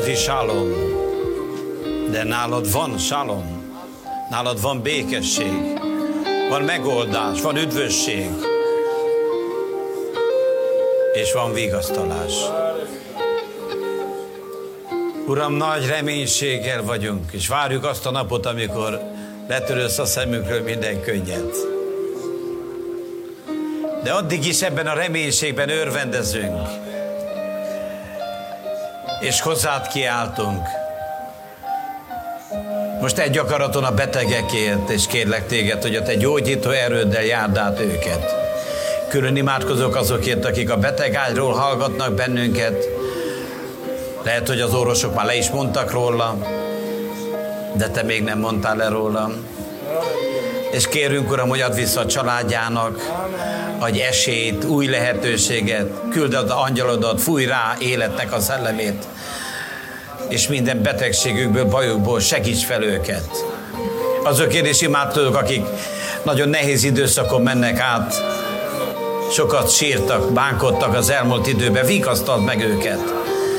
nemzeti shalom, de nálad van shalom, nálad van békesség, van megoldás, van üdvösség, és van vigasztalás. Uram, nagy reménységgel vagyunk, és várjuk azt a napot, amikor letörölsz a szemünkről minden könnyet. De addig is ebben a reménységben örvendezünk, és hozzád kiáltunk. Most egy akaraton a betegekért, és kérlek téged, hogy a te gyógyító erőddel járd át őket. Külön imádkozok azokért, akik a betegágyról hallgatnak bennünket. Lehet, hogy az orvosok már le is mondtak róla, de te még nem mondtál le róla. És kérünk, Uram, hogy add vissza a családjának, adj esélyt, új lehetőséget, küld az angyalodat, fújj rá életnek a szellemét, és minden betegségükből, bajukból segíts fel őket. Azokért is imádkozok, akik nagyon nehéz időszakon mennek át, sokat sírtak, bánkodtak az elmúlt időben, vigasztald meg őket.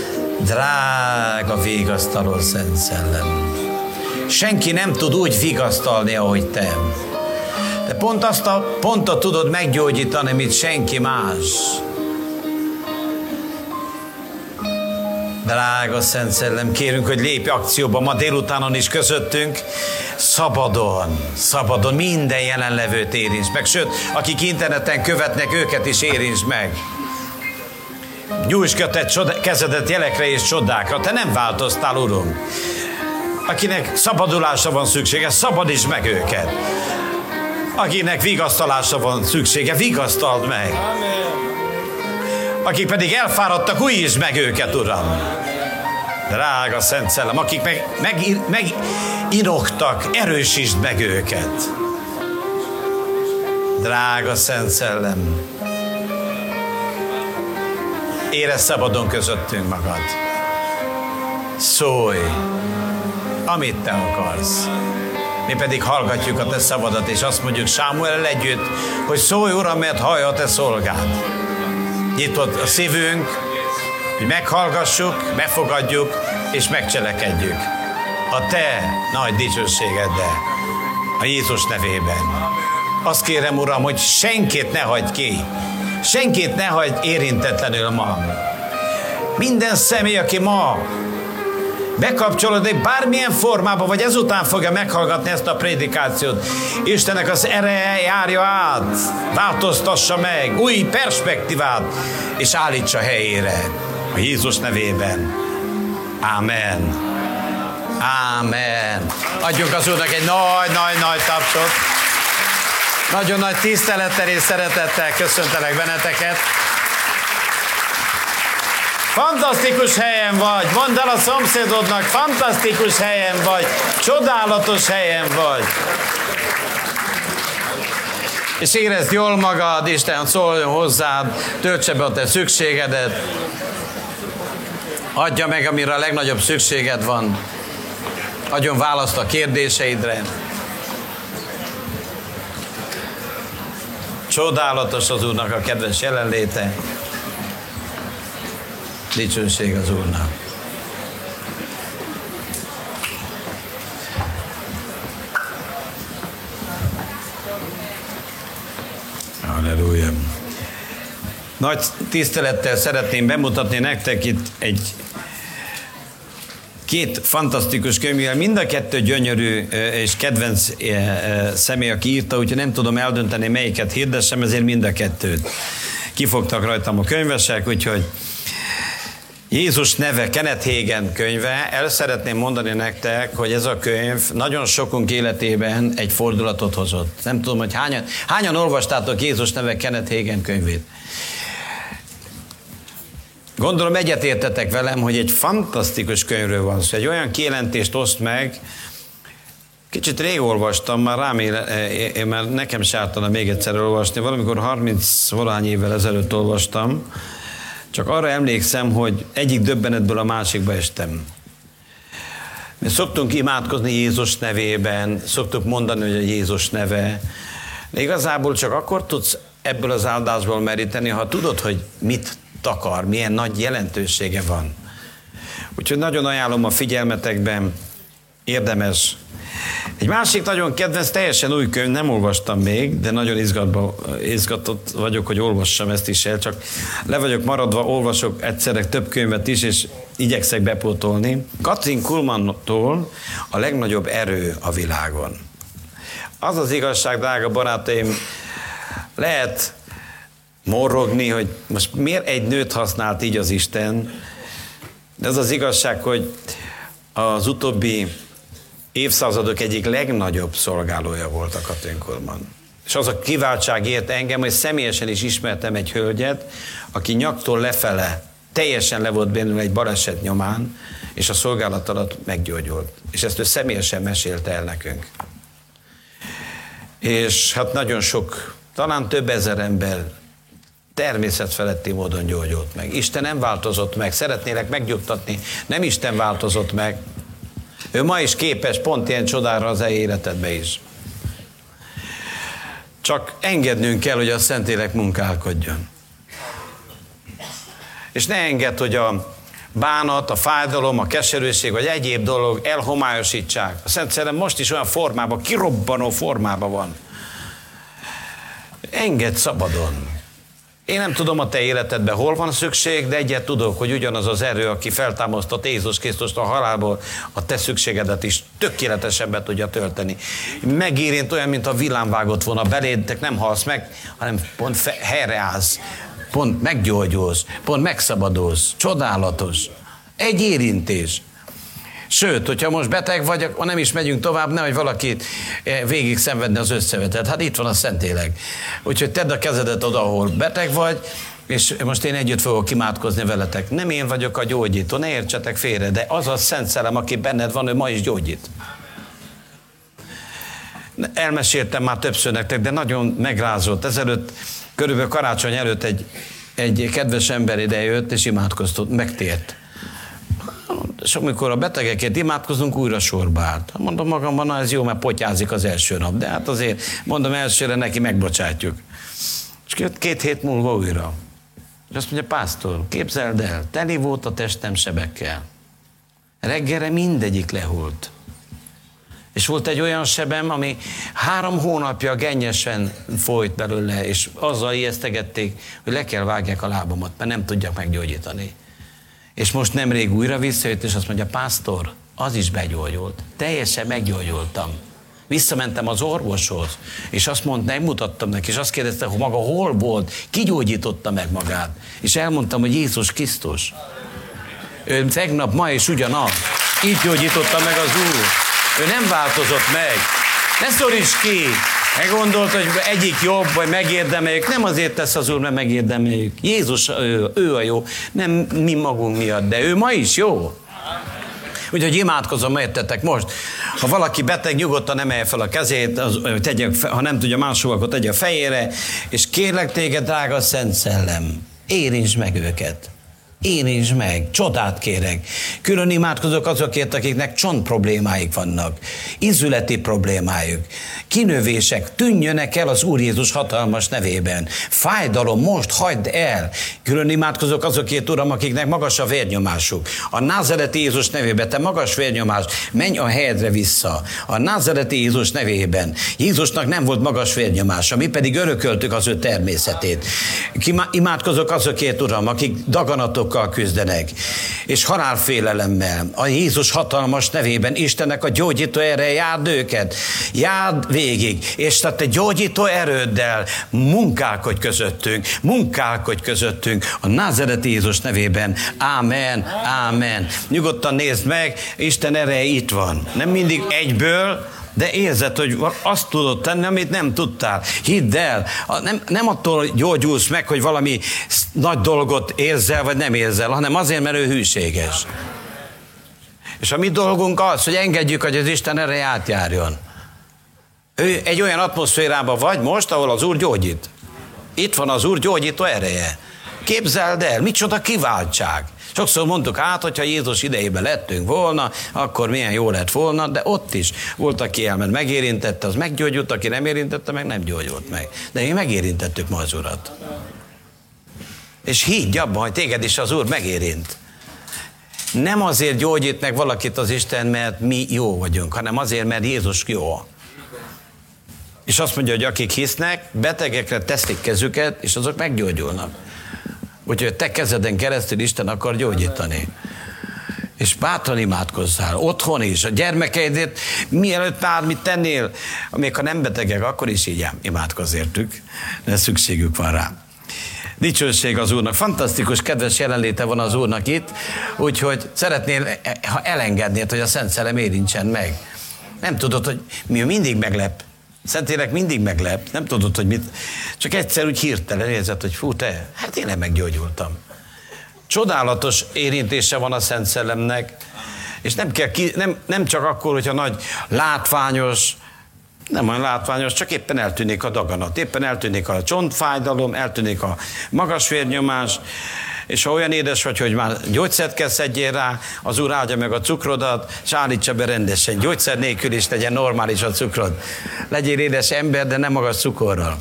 Drága vigasztaló Szent Szellem. Senki nem tud úgy vigasztalni, ahogy te. De pont azt a pontot tudod meggyógyítani, mint senki más. Drága Szent Szellem, kérünk, hogy lépj akcióba ma délutánon is közöttünk. Szabadon minden jelenlevőt érints meg. Sőt, akik interneten követnek, őket is érints meg. Nyújts kötett kezedet jelekre és csodákra. Te nem változtál, Urunk. Akinek szabadulásra van szüksége, szabadíts meg őket. Akinek vigasztalásra van szüksége, vigasztald meg. Akik pedig elfáradtak, újítsd meg őket, Uram. Drága Szent Szellem, akik meginoktak, erősítsd meg őket. Drága Szent Szellem, érezd szabadon közöttünk magad. Szólj, amit te akarsz. Mi pedig hallgatjuk a te szavadat, és azt mondjuk Sámuellel együtt, hogy szólj, Uram, mert hallja a te szolgád. Nyitott a szívünk, hogy meghallgassuk, befogadjuk, és megcselekedjük. A te nagy dicsőségeddel, a Jézus nevében. Azt kérem, Uram, hogy senkit ne hagyd ki, senkit ne hagyd érintetlenül ma. Minden személy, aki ma bekapcsolódik bármilyen formában, vagy ezután fogja meghallgatni ezt a prédikációt, Istennek az ereje járja át, változtassa meg, új perspektívát, és állítsa helyére. A Jézus nevében. Ámen. Ámen. Adjunk az Úrnak egy nagy tapsot. Nagyon nagy tisztelettel és szeretettel köszöntelek benneteket. Fantasztikus helyen vagy, mondd el a szomszédodnak, fantasztikus helyen vagy, csodálatos helyen vagy. És érezd jól magad, Isten szóljon hozzád, töltse be a te szükségedet, adja meg, amire a legnagyobb szükséged van, adjon választ a kérdéseidre. Csodálatos az Úrnak a kedves jelenléte. Dicsőség az Úrnak. Halleluja. Nagy tisztelettel szeretném bemutatni nektek itt két fantasztikus könyvvel, mind a kettő gyönyörű és kedvenc személy, aki írta, úgyhogy nem tudom eldönteni, melyiket hirdessem, ezért mind a kettőt. Kifogtak rajtam a könyvesek, úgyhogy Jézus neve, Kenneth Hagin könyve. El szeretném mondani nektek, hogy ez a könyv nagyon sokunk életében egy fordulatot hozott. Nem tudom, hogy hányan olvastátok Jézus neve, Kenneth Hagin könyvét. Gondolom egyetértetek velem, hogy egy fantasztikus könyvről van szó. Egy olyan kijelentést oszt meg, kicsit rég olvastam, már nekem se ártana még egyszer olvasni, valamikor 30-valány évvel ezelőtt olvastam, csak arra emlékszem, hogy egyik döbbenetből a másikba estem. Mi szoktunk imádkozni Jézus nevében, szoktuk mondani, hogy a Jézus neve, de igazából csak akkor tudsz ebből az áldásból meríteni, ha tudod, hogy mit takar, milyen nagy jelentősége van. Úgyhogy nagyon ajánlom a figyelmetekben, érdemes. Egy másik nagyon kedvenc, teljesen új könyv, nem olvastam még, de nagyon izgatott vagyok, hogy olvassam ezt is el, csak le vagyok maradva, olvasok egyszerre több könyvet is, és igyekszek bepótolni. Katrin Kuhlmantól A legnagyobb erő a világon. Az az igazság, drága barátaim, lehet morrogni, hogy most miért egy nőt használt így az Isten, de az az igazság, hogy az utóbbi évszázadok egyik legnagyobb szolgálója volt a Katrin Kuhlman. És az a kiváltság ért engem, hogy személyesen is ismertem egy hölgyet, aki nyaktól lefele teljesen le volt bennül egy baleset nyomán, és a szolgálat alatt meggyógyult. És ezt ő személyesen mesélte el nekünk. És hát nagyon sok, talán több ezer ember természetfeletti módon gyógyult meg. Isten nem változott meg, szeretnélek megnyugtatni, nem Isten változott meg. Ő ma is képes pont ilyen csodára az életedbe is. Csak engednünk kell, hogy a Szentlélek munkálkodjon. És ne engedd, hogy a bánat, a fájdalom, a keserűség, vagy egyéb dolog elhomályosítsák. A Szent Szellem most is olyan formában, kirobbanó formában van. Engedd szabadon. Én nem tudom a te életedben hol van szükség, de egyet tudok, hogy ugyanaz az erő, aki feltámasztott Jézus Krisztust a halálból, a te szükségedet is tökéletesen be tudja tölteni. Megérint olyan, mint a villám vágott volna beléd, te nem halsz meg, hanem pont helyreállsz, pont meggyógyulsz, pont megszabadulsz. Csodálatos. Egy érintés. Sőt, hogyha most beteg vagy, akkor nem is megyünk tovább, nehogy valakit végig szenvedni az összevetet. Hát itt van a Szentlélek. Úgyhogy tedd a kezedet oda, ahol beteg vagy, és most én együtt fogok imádkozni veletek. Nem én vagyok a gyógyító, ne értsetek félre, de az a Szent Szellem, aki benned van, ő ma is gyógyít. Elmeséltem már többször nektek, de nagyon megrázott. Ezelőtt, körülbelül karácsony előtt egy kedves ember idejött, és imádkoztott, megtért. És amikor a betegeket imádkozunk, újra sorba állt. Mondom magamban, na ez jó, mert potyázik az első nap. De hát azért, mondom, elsőre neki megbocsátjuk. És 2 hét múlva újra. És azt mondja, pásztor, képzeld el, teli volt a testem sebekkel. Reggelre mindegyik lehult. És volt egy olyan sebem, ami 3 hónapja gennyesen folyt belőle, és azzal ijesztegették, hogy le kell vágják a lábamat, mert nem tudják meggyógyítani. És most nemrég újra visszajött, és azt mondja, pásztor, az is begyógyult. Teljesen meggyógyultam. Visszamentem az orvoshoz, és azt mondta, megmutattam neki, és azt kérdezte, hogy maga hol volt, ki gyógyította meg magát. És elmondtam, hogy Jézus Krisztus. Ő tegnap, ma és ugyanaz. Így gyógyította meg az Úr. Ő nem változott meg. Ne szoríts ki! Meggondolt, hogy egyik jobb, vagy megérdemeljük. Nem azért tesz az Úr, mert megérdemeljük. Jézus, ő a jó. Nem mi magunk miatt, de ő ma is jó. Úgyhogy imádkozom, értetek most. Ha valaki beteg, nyugodtan emelje fel a kezét, ha nem tudja máshol, akkor tegye a fejére, és kérlek téged, drága Szent Szellem, érintsd meg őket. Érintsd meg, csodát kérek. Külön imádkozok azokért, akiknek csont problémáik vannak, ízületi problémájuk, kinövések, tűnjönek el az Úr Jézus hatalmas nevében. Fájdalom, most hagyd el. Külön imádkozok azokért, Uram, akiknek magas a vérnyomásuk. A názareti Jézus nevében, te magas vérnyomás, menj a helyedre vissza. A názareti Jézus nevében. Jézusnak nem volt magas vérnyomása, mi pedig örököltük az ő természetét. Imádkozok azokért, Uram, akik daganatokkal küzdenek, és halálfélelemmel. A Jézus hatalmas nevében Istennek a gyógyító ereje járd őket. Járd végig, és te gyógyító erőddel munkálkodj közöttünk, a názareti Jézus nevében. Ámen, ámen. Nyugodtan nézd meg, Isten ereje itt van. Nem mindig egyből, de érzed, hogy azt tudod tenni, amit nem tudtál. Hidd el, nem attól gyógyulsz meg, hogy valami nagy dolgot érzel, vagy nem érzel, hanem azért, mert ő hűséges. És a mi dolgunk az, hogy engedjük, hogy az Isten ereje átjárjon. Ő egy olyan atmoszférában vagy most, ahol az Úr gyógyít. Itt van az Úr gyógyító ereje. Képzeld el, micsoda kiváltság. Sokszor mondtuk, hát, hogyha Jézus idejében lettünk volna, akkor milyen jó lett volna, de ott is volt, aki elment, megérintette, az meggyógyult, aki nem érintette, meg nem gyógyult meg. De mi megérintettük ma az Urat. És higgy abban, hogy téged is az Úr megérint. Nem azért gyógyít meg valakit az Isten, mert mi jó vagyunk, hanem azért, mert Jézus jó. És azt mondja, hogy akik hisznek, betegekre teszik kezüket, és azok meggyógyulnak. Úgyhogy te kezeden keresztül Isten akar gyógyítani. És bátran imádkozzál, otthon is, a gyermekeidért, mielőtt bármit tennél, még ha nem betegek, akkor is így imádkozz értük, de szükségük van rá. Dicsőség az Úrnak. Fantasztikus, kedves jelenléte van az Úrnak itt, úgyhogy szeretnél, ha elengednéd, hogy a Szent Szellem érintsen meg. Nem tudod, hogy mi mindig meglep. Szentlélek mindig meglep. Nem tudod, hogy mit. Csak egyszer úgy hirtelen érzed, hogy fú, hát én nem meggyógyultam. Csodálatos érintése van a Szent Szellemnek, és nem csak akkor, hogyha nagy látványos, nem olyan látványos, csak éppen eltűnik a daganat, éppen eltűnik a csontfájdalom, eltűnik a magas vérnyomás, és ha olyan édes vagy, hogy már gyógyszert kell szedjél rá, az Úr áldja meg a cukrodat, és állítsa be rendesen. Gyógyszer nélkül is legyen normális a cukrod. Legyél édes ember, de nem magas cukorral.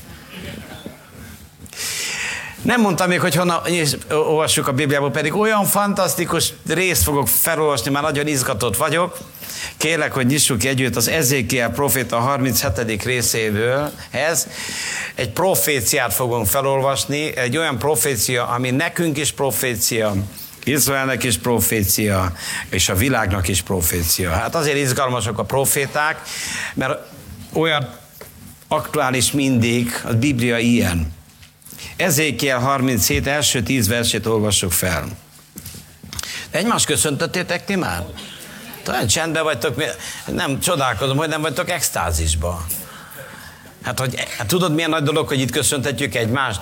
Nem mondtam még, hogy honnan olvassuk a Bibliából, pedig olyan fantasztikus részt fogok felolvasni, már nagyon izgatott vagyok. Kérlek, hogy nyissuk együtt az Ezékiel próféta 37. részéből. Egy proféciát fogunk felolvasni, egy olyan profécia, ami nekünk is profécia, Izraelnek is profécia, és a világnak is profécia. Hát azért izgalmasak a proféták, mert olyan aktuális mindig, a Biblia ilyen. Ezékiel 37 első 10 versét olvassuk fel. Egymást köszöntöttétek ti már? Talán csendben vagytok, nem csodálkozom, hogy nem vagytok extázisba. Hát tudod, milyen nagy dolog, hogy itt köszöntetjük egymást?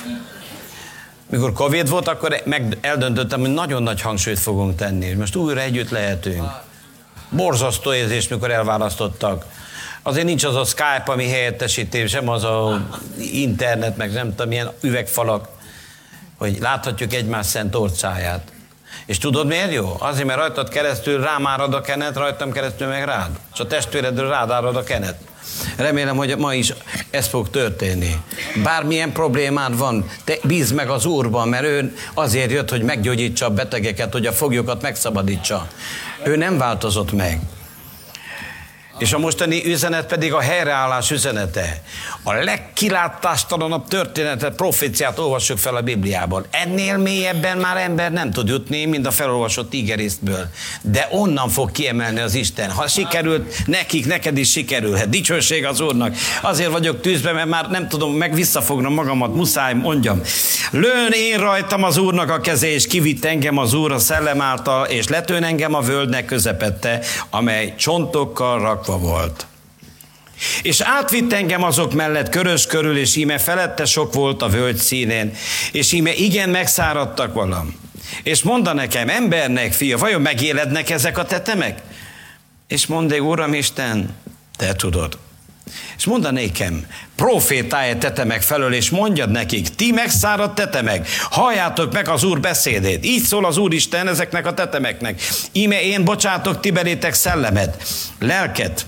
Mikor Covid volt, akkor eldöntöttem, hogy nagyon nagy hangsúlyt fogunk tenni. Most újra együtt lehetünk. Borzasztó érzés, mikor elválasztottak. Azért nincs az a Skype, ami helyettesítés, sem az a internet, meg nem tudom, milyen üvegfalak, hogy láthatjuk egymás szent orcáját. És tudod miért jó? Azért, mert rajtad keresztül rám árad a kenet, rajtam keresztül meg rád. És a testvéredről rád árad a kenet. Remélem, hogy ma is ez fog történni. Bármilyen problémád van, te bízd meg az Úrban, mert ő azért jött, hogy meggyógyítsa a betegeket, hogy a foglyokat megszabadítsa. Ő nem változott meg. És a mostani üzenet pedig a helyreállás üzenete. A legkilátástalanabb történetet, proféciát olvassuk fel a Bibliában. Ennél mélyebben már ember nem tud jutni, mint a felolvasott ígérésztből. De onnan fog kiemelni az Isten. Ha sikerült nekik, neked is sikerülhet. Dicsőség az Úrnak. Azért vagyok tűzben, mert már nem tudom, meg visszafognom magamat, muszáj mondjam. Lőn én rajtam az Úrnak a keze, és kivitt engem az Úr a szellem által, és letőn engem a völgynek közepette, amely csontokkal rakva volt. És átvitt engem azok mellett körös körül, és íme felette sok volt a völgy színén, és íme igen megszáradtak valam. És mondta nekem, embernek fia, vajon megélednek ezek a tetemek? És mondja, Uram Isten, te tudod. És mondd nékem, profétálj a tetemek felől, és mondjad nekik, ti megszáradt tetemek, halljátok meg az Úr beszédét. Így szól az Úristen ezeknek a tetemeknek. Íme én bocsátok ti belétek szellemet, lelket,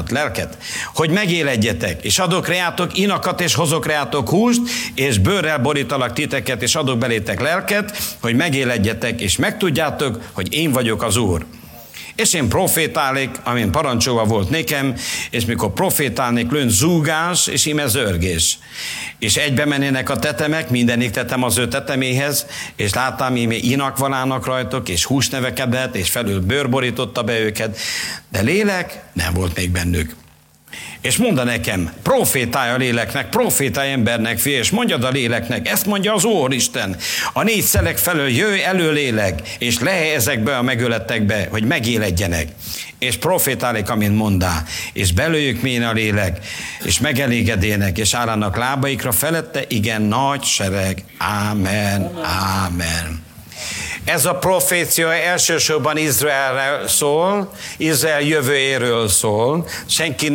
hogy megéledjetek, és adok reátok inakat, és hozok reátok húst, és bőrrel borítalak titeket, és adok belétek lelket, hogy megéledjetek, és megtudjátok, hogy én vagyok az Úr. És én profétálék, amin parancsolva volt nekem, és mikor profétálnék, lőn zúgás, és íme zörgés. És egybe mennének a tetemek, mindenik tetem az ő teteméhez, és láttam, íme inak valának rajtok, és hús nevekedett, és felül bőr borította be őket, de lélek nem volt még bennük. És mondta nekem, profétálj a léleknek, profétálj embernek, fia, és mondjad a léleknek, ezt mondja az Úristen, a 4 szelek felől jöjj elő lélek, és lehely ezekbe a megölettekbe, hogy megéledjenek. És profétálik, amint mondá, és belőjük mén a lélek, és megelégedének, és állának lábaikra felette, igen, nagy sereg. Ámen, ámen. Ez a profécia elsősorban Izraelről szól, Izrael jövőjéről szól. Senki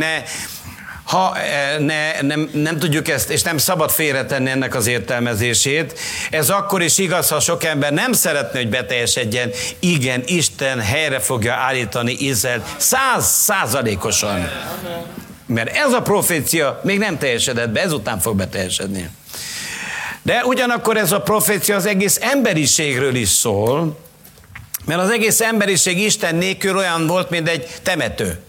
nem tudjuk ezt, és nem szabad félretenni ennek az értelmezését. Ez akkor is igaz, ha sok ember nem szeretne, hogy beteljesedjen. Igen, Isten helyre fogja állítani Izraelt 100%-osan. Mert ez a profécia még nem teljesedett be, ezután fog beteljesedni. De ugyanakkor ez a profécia az egész emberiségről is szól, Mert az egész emberiség Isten nélkül olyan volt, mint egy temető.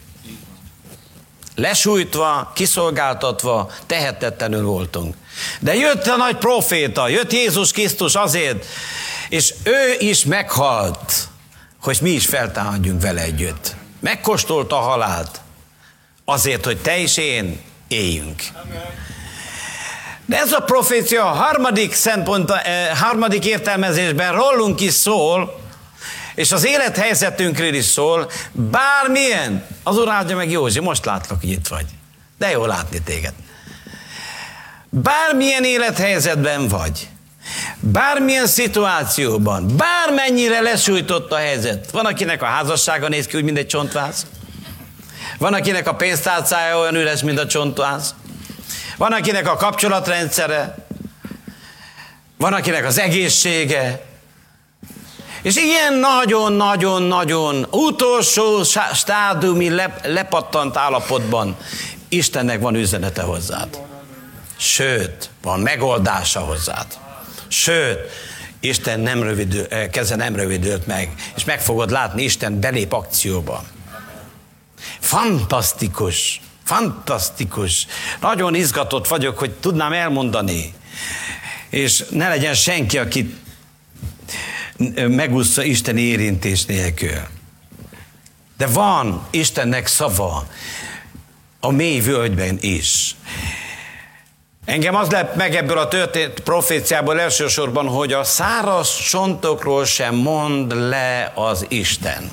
Lesújtva, kiszolgáltatva, tehetetlenül voltunk. De jött a nagy proféta, jött Jézus Krisztus azért, és ő is meghalt, hogy mi is feltámadjunk vele együtt. Megkóstolta a halált, azért, hogy te és én éljünk. De ez a profécia a harmadik értelmezésben rólunk is szól, és az élethelyzetünkről is szól, bármilyen. Az Úr áldja meg, Józsi, most látlak, hogy itt vagy. De jó látni téged. Bármilyen élethelyzetben vagy, bármilyen szituációban, bármennyire lesújtott a helyzet. Van, akinek a házassága néz ki úgy, mint egy csontváz. Van, akinek a pénztárcája olyan üres, mint a csontváz. Van, akinek a kapcsolatrendszere. Van, akinek az egészsége. És ilyen nagyon-nagyon-nagyon utolsó stádiumi lepattant állapotban Istennek van üzenete hozzád. Sőt, van megoldása hozzád. Sőt, Isten keze nem rövidült meg, és meg fogod látni, Isten belép akcióba. Fantasztikus, fantasztikus. Nagyon izgatott vagyok, hogy tudnám elmondani. És ne legyen senki, aki megúszza Isteni érintés nélkül. De van Istennek szava a mély völgyben is. Engem az lep meg ebből a történt proféciából elsősorban, hogy a száraz csontokról sem mond le az Isten.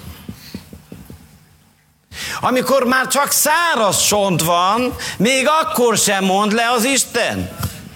Amikor már csak száraz csont van, még akkor sem mond le az Isten.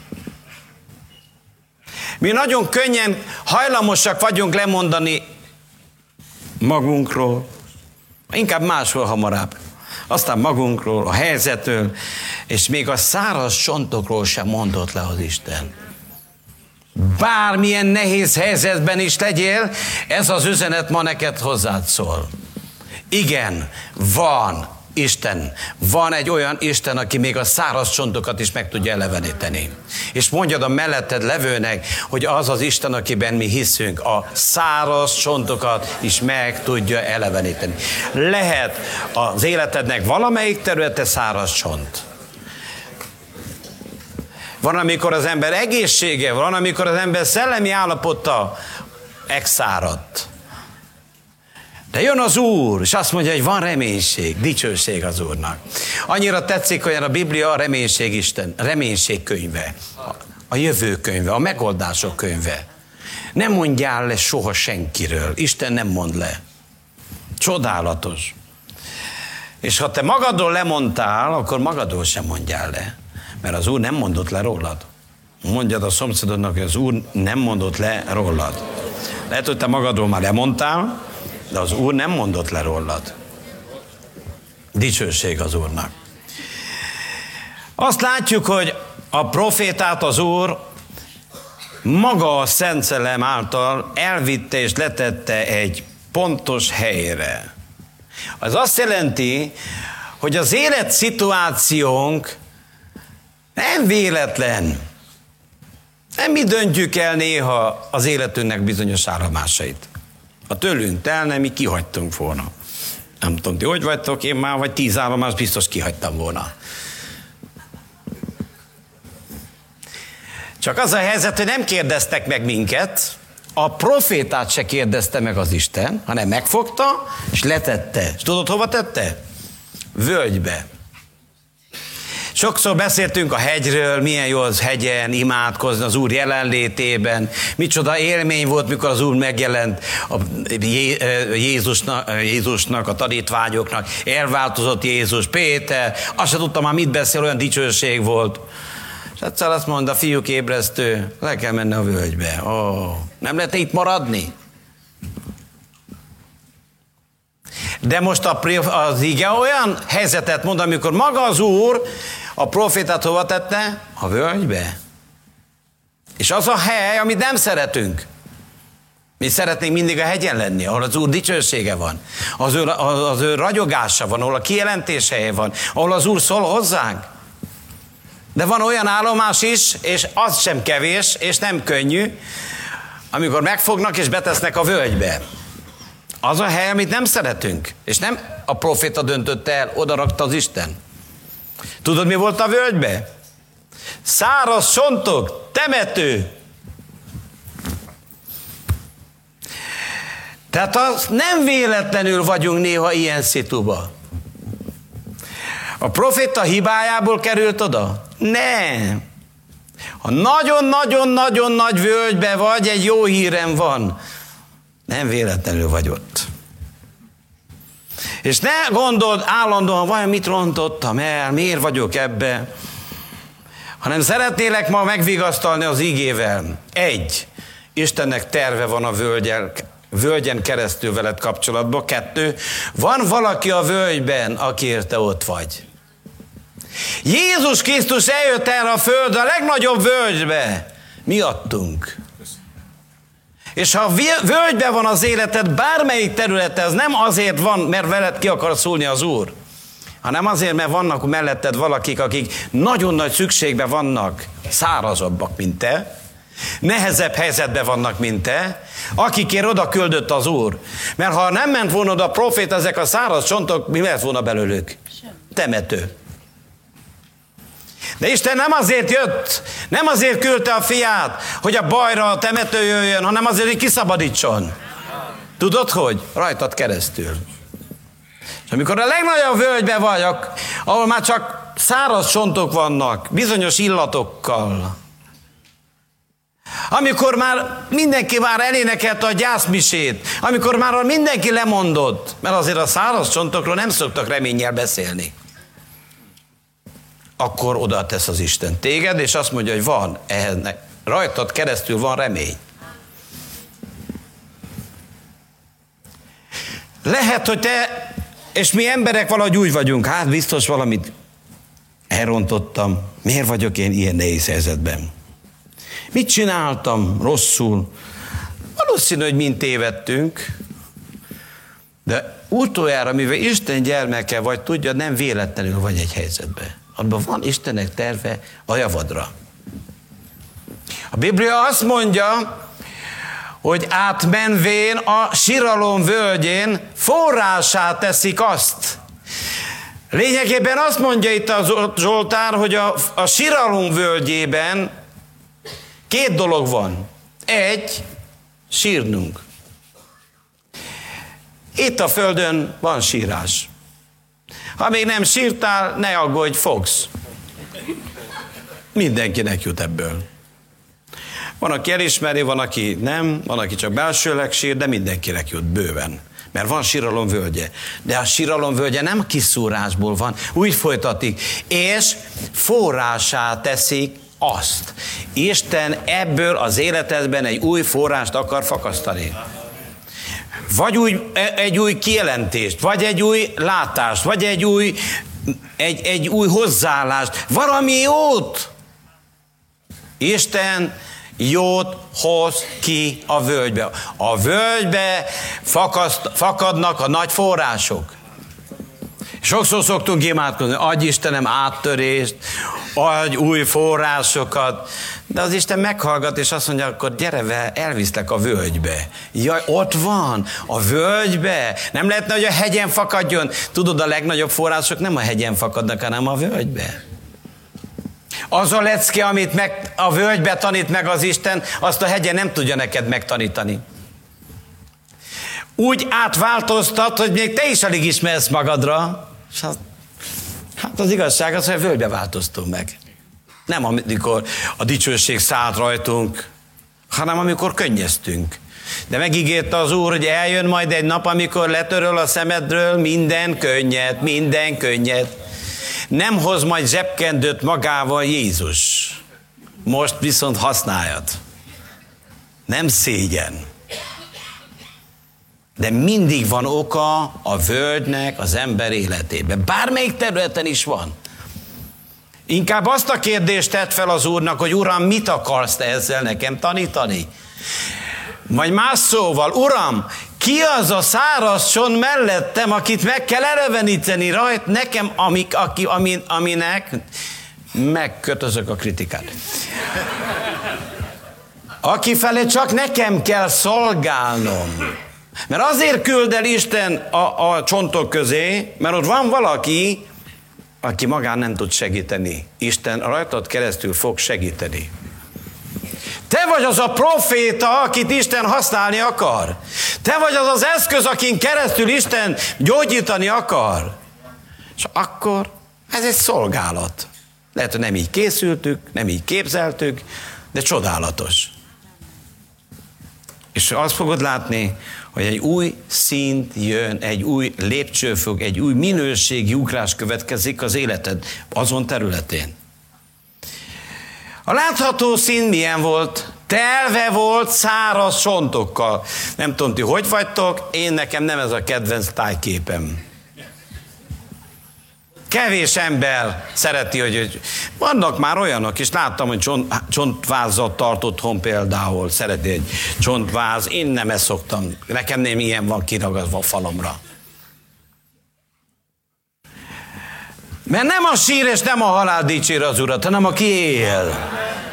Mi nagyon könnyen hajlamosak vagyunk lemondani magunkról, inkább máshol hamarabb. Aztán magunkról, a helyzetről, és még a száraz csontokról sem mondott le az Isten. Bármilyen nehéz helyzetben is legyél, ez az üzenet ma neked hozzád szól. Igen, van Isten. Van egy olyan Isten, aki még a száraz csontokat is meg tudja eleveníteni. És mondjad a melletted levőnek, hogy az az Isten, akiben mi hiszünk, a száraz csontokat is meg tudja eleveníteni. Lehet az életednek valamelyik területe száraz csont. Van, amikor az ember egészsége, van, amikor az ember szellemi állapota megszáradt. De jön az Úr, és azt mondja, hogy van reménység, dicsőség az Úrnak. Annyira tetszik, hogy a Biblia a reménység könyve, a jövő könyve, a megoldások könyve. Nem mondjál le soha senkiről, Isten nem mond le. Csodálatos. És ha te magadról lemondtál, akkor magadról sem mondjál le, mert az Úr nem mondott le rólad. Mondjad a szomszédodnak, hogy az Úr nem mondott le rólad. Lehet, hogy te magadról már lemondtál, de az Úr nem mondott le rólad. Dicsőség az Úrnak. Azt látjuk, hogy a profétát az Úr maga a Szent Szellem által elvitte és letette egy pontos helyre. Az azt jelenti, hogy az életszituációnk nem véletlen. Nem mi döntjük el néha az életünknek bizonyos állomásait. Ha tőlünk telne, mi kihagytunk volna. Nem tudom, ti hogy vagytok, én már vagy 10 állomást biztos kihagytam volna. Csak az a helyzet, hogy nem kérdeztek meg minket, a profétát se kérdezte meg az Isten, hanem megfogta, és letette. És tudod, hova tette? Völgybe. Sokszor beszéltünk a hegyről, milyen jó az hegyen imádkozni az Úr jelenlétében. Micsoda élmény volt, mikor az Úr megjelent a Jézusnak, a tanítványoknak. Elváltozott Jézus, Péter, azt se tudtam már mit beszél, olyan dicsőség volt. És egyszer azt mondta, fiúk ébresztő, le kell menni a völgybe. Nem lehet itt maradni? De most az ige olyan helyzetet mond, amikor maga az Úr a profétát hova tette? A völgybe. És az a hely, amit nem szeretünk. Mi szeretnénk mindig a hegyen lenni, ahol az Úr dicsősége van, az ő ragyogása van, ahol a kijelentés helye van, ahol az Úr szól hozzánk. De van olyan állomás is, és az sem kevés, és nem könnyű, amikor megfognak és betesznek a völgybe. Az a hely, amit nem szeretünk. És nem a proféta döntötte el, oda rakta az Isten. Tudod, mi volt a völgybe? Száraz csontok, temető. Tehát nem véletlenül vagyunk néha ilyen szituba. A proféta hibájából került oda? Nem. Ha nagyon-nagyon-nagyon nagy völgybe vagy, egy jó hírem van. Nem véletlenül vagy ott. És ne gondold állandóan, vajon mit rontottam el, miért vagyok ebbe, hanem szeretnélek ma megvigasztalni az igével. 1. Istennek terve van a völgyen keresztül veled kapcsolatban. 2. Van valaki a völgyben, akiért te ott vagy. Jézus Krisztus eljött erre a földre, a legnagyobb völgybe, miattunk. És ha völgyben van az életed, bármelyik területe, az nem azért van, mert veled ki akar szólni az Úr, hanem azért, mert vannak melletted valakik, akik nagyon nagy szükségben vannak, szárazabbak, mint te, nehezebb helyzetben vannak, mint te, akikért oda küldött az Úr. Mert ha nem ment volna oda a profét, ezek a száraz csontok, mi lett volna belőlük? Temető. De Isten nem azért jött, nem azért küldte a fiát, hogy a bajra a temető jöjjön, hanem azért, hogy kiszabadítson. Tudod, hogy? Rajtad keresztül. És amikor a legnagyobb völgyben vagyok, ahol már csak száraz csontok vannak, bizonyos illatokkal, amikor már mindenki már elénekelte a gyászmisét, amikor már mindenki lemondott, mert azért a száraz csontokról nem szoktak reménnyel beszélni, akkor oda tesz az Isten téged, és azt mondja, hogy van, rajtad keresztül van remény. Lehet, hogy te és mi emberek valahogy úgy vagyunk, hát biztos valamit elrontottam, miért vagyok én ilyen nehéz helyzetben? Mit csináltam rosszul? Valószínű, hogy mind tévedtünk, de utoljára, mivel Isten gyermeke vagy, tudja, nem véletlenül vagy egy helyzetben. Abban van Istennek terve a javadra. A Biblia azt mondja, hogy átmenvén a siralom völgyén forrásá teszik azt. Lényegében azt mondja itt a Zsoltár, hogy a siralom völgyében 2 dolog van. 1, sírnunk. Itt a földön van sírás. Ha még nem sírtál, ne aggódj, fogsz. Mindenkinek jut ebből. Van, aki elismeri, van, aki nem, van, aki csak belsőleg sír, de mindenkinek jut bőven. Mert van síralom völgye. De a síralom völgye nem kiszúrásból van, úgy folytatik. És forrásá teszik azt. Isten ebből az életedben egy új forrást akar fakasztani. Vagy egy új kijelentést, vagy egy új látást, vagy egy új hozzáállást, valami jót. Isten jót hoz ki a völgybe. A völgybe fakadnak a nagy források. Sokszor szoktunk imádkozni, adj Istenem áttörést, adj új forrásokat, de az Isten meghallgat, és azt mondja, akkor gyere, elviszlek a völgybe. Jaj, ott van, a völgybe. Nem lehetne, hogy a hegyen fakadjon. Tudod, a legnagyobb források nem a hegyen fakadnak, hanem a völgybe. Az a lecke, amit a völgybe tanít meg az Isten, azt a hegyen nem tudja neked megtanítani. Úgy átváltoztat, hogy még te is alig ismersz magadra. Hát az igazság az, hogy a völgybe változtunk meg. Nem amikor a dicsőség szállt rajtunk, hanem amikor könnyeztünk. De megígérte az Úr, hogy eljön majd egy nap, amikor letöröl a szemedről minden könnyed. Nem hoz majd zsebkendőt magával Jézus. Most viszont használjad. Nem szégyen. De mindig van oka a völgynek az ember életében. Bármelyik területen is van. Inkább azt a kérdést tett fel az Úrnak, hogy Uram, mit akarsz te ezzel nekem tanítani? Vagy más szóval, Uram, ki az a száraz csont mellettem, akit meg kell eleveníteni rajt nekem, aminek megkötözök a kritikát. Aki felé csak nekem kell szolgálnom. Mert azért küld el Isten a csontok közé, mert ott van valaki, aki magán nem tud segíteni. Isten rajtad keresztül fog segíteni. Te vagy az a proféta, akit Isten használni akar. Te vagy az az eszköz, akin keresztül Isten gyógyítani akar. És akkor ez egy szolgálat. Lehet, hogy nem így készültük, nem így képzeltük, de csodálatos. És azt fogod látni, hogy egy új szint jön, egy új lépcsőfok, egy új minőségi ugrás következik az életed azon területén. A látható szín milyen volt? Telve volt száraz csontokkal. Nem tudom, ti hogy vagytok, nekem nem ez a kedvenc tájképem. Kevés ember szereti, hogy vannak már olyanok, és láttam, hogy csontvázat tart otthon például, szereti egy csontváz, én nem ezt szoktam, nekem nem ilyen van kiragazva a falomra. Mert nem a sír és nem a halál dicsér az Urat, hanem aki él.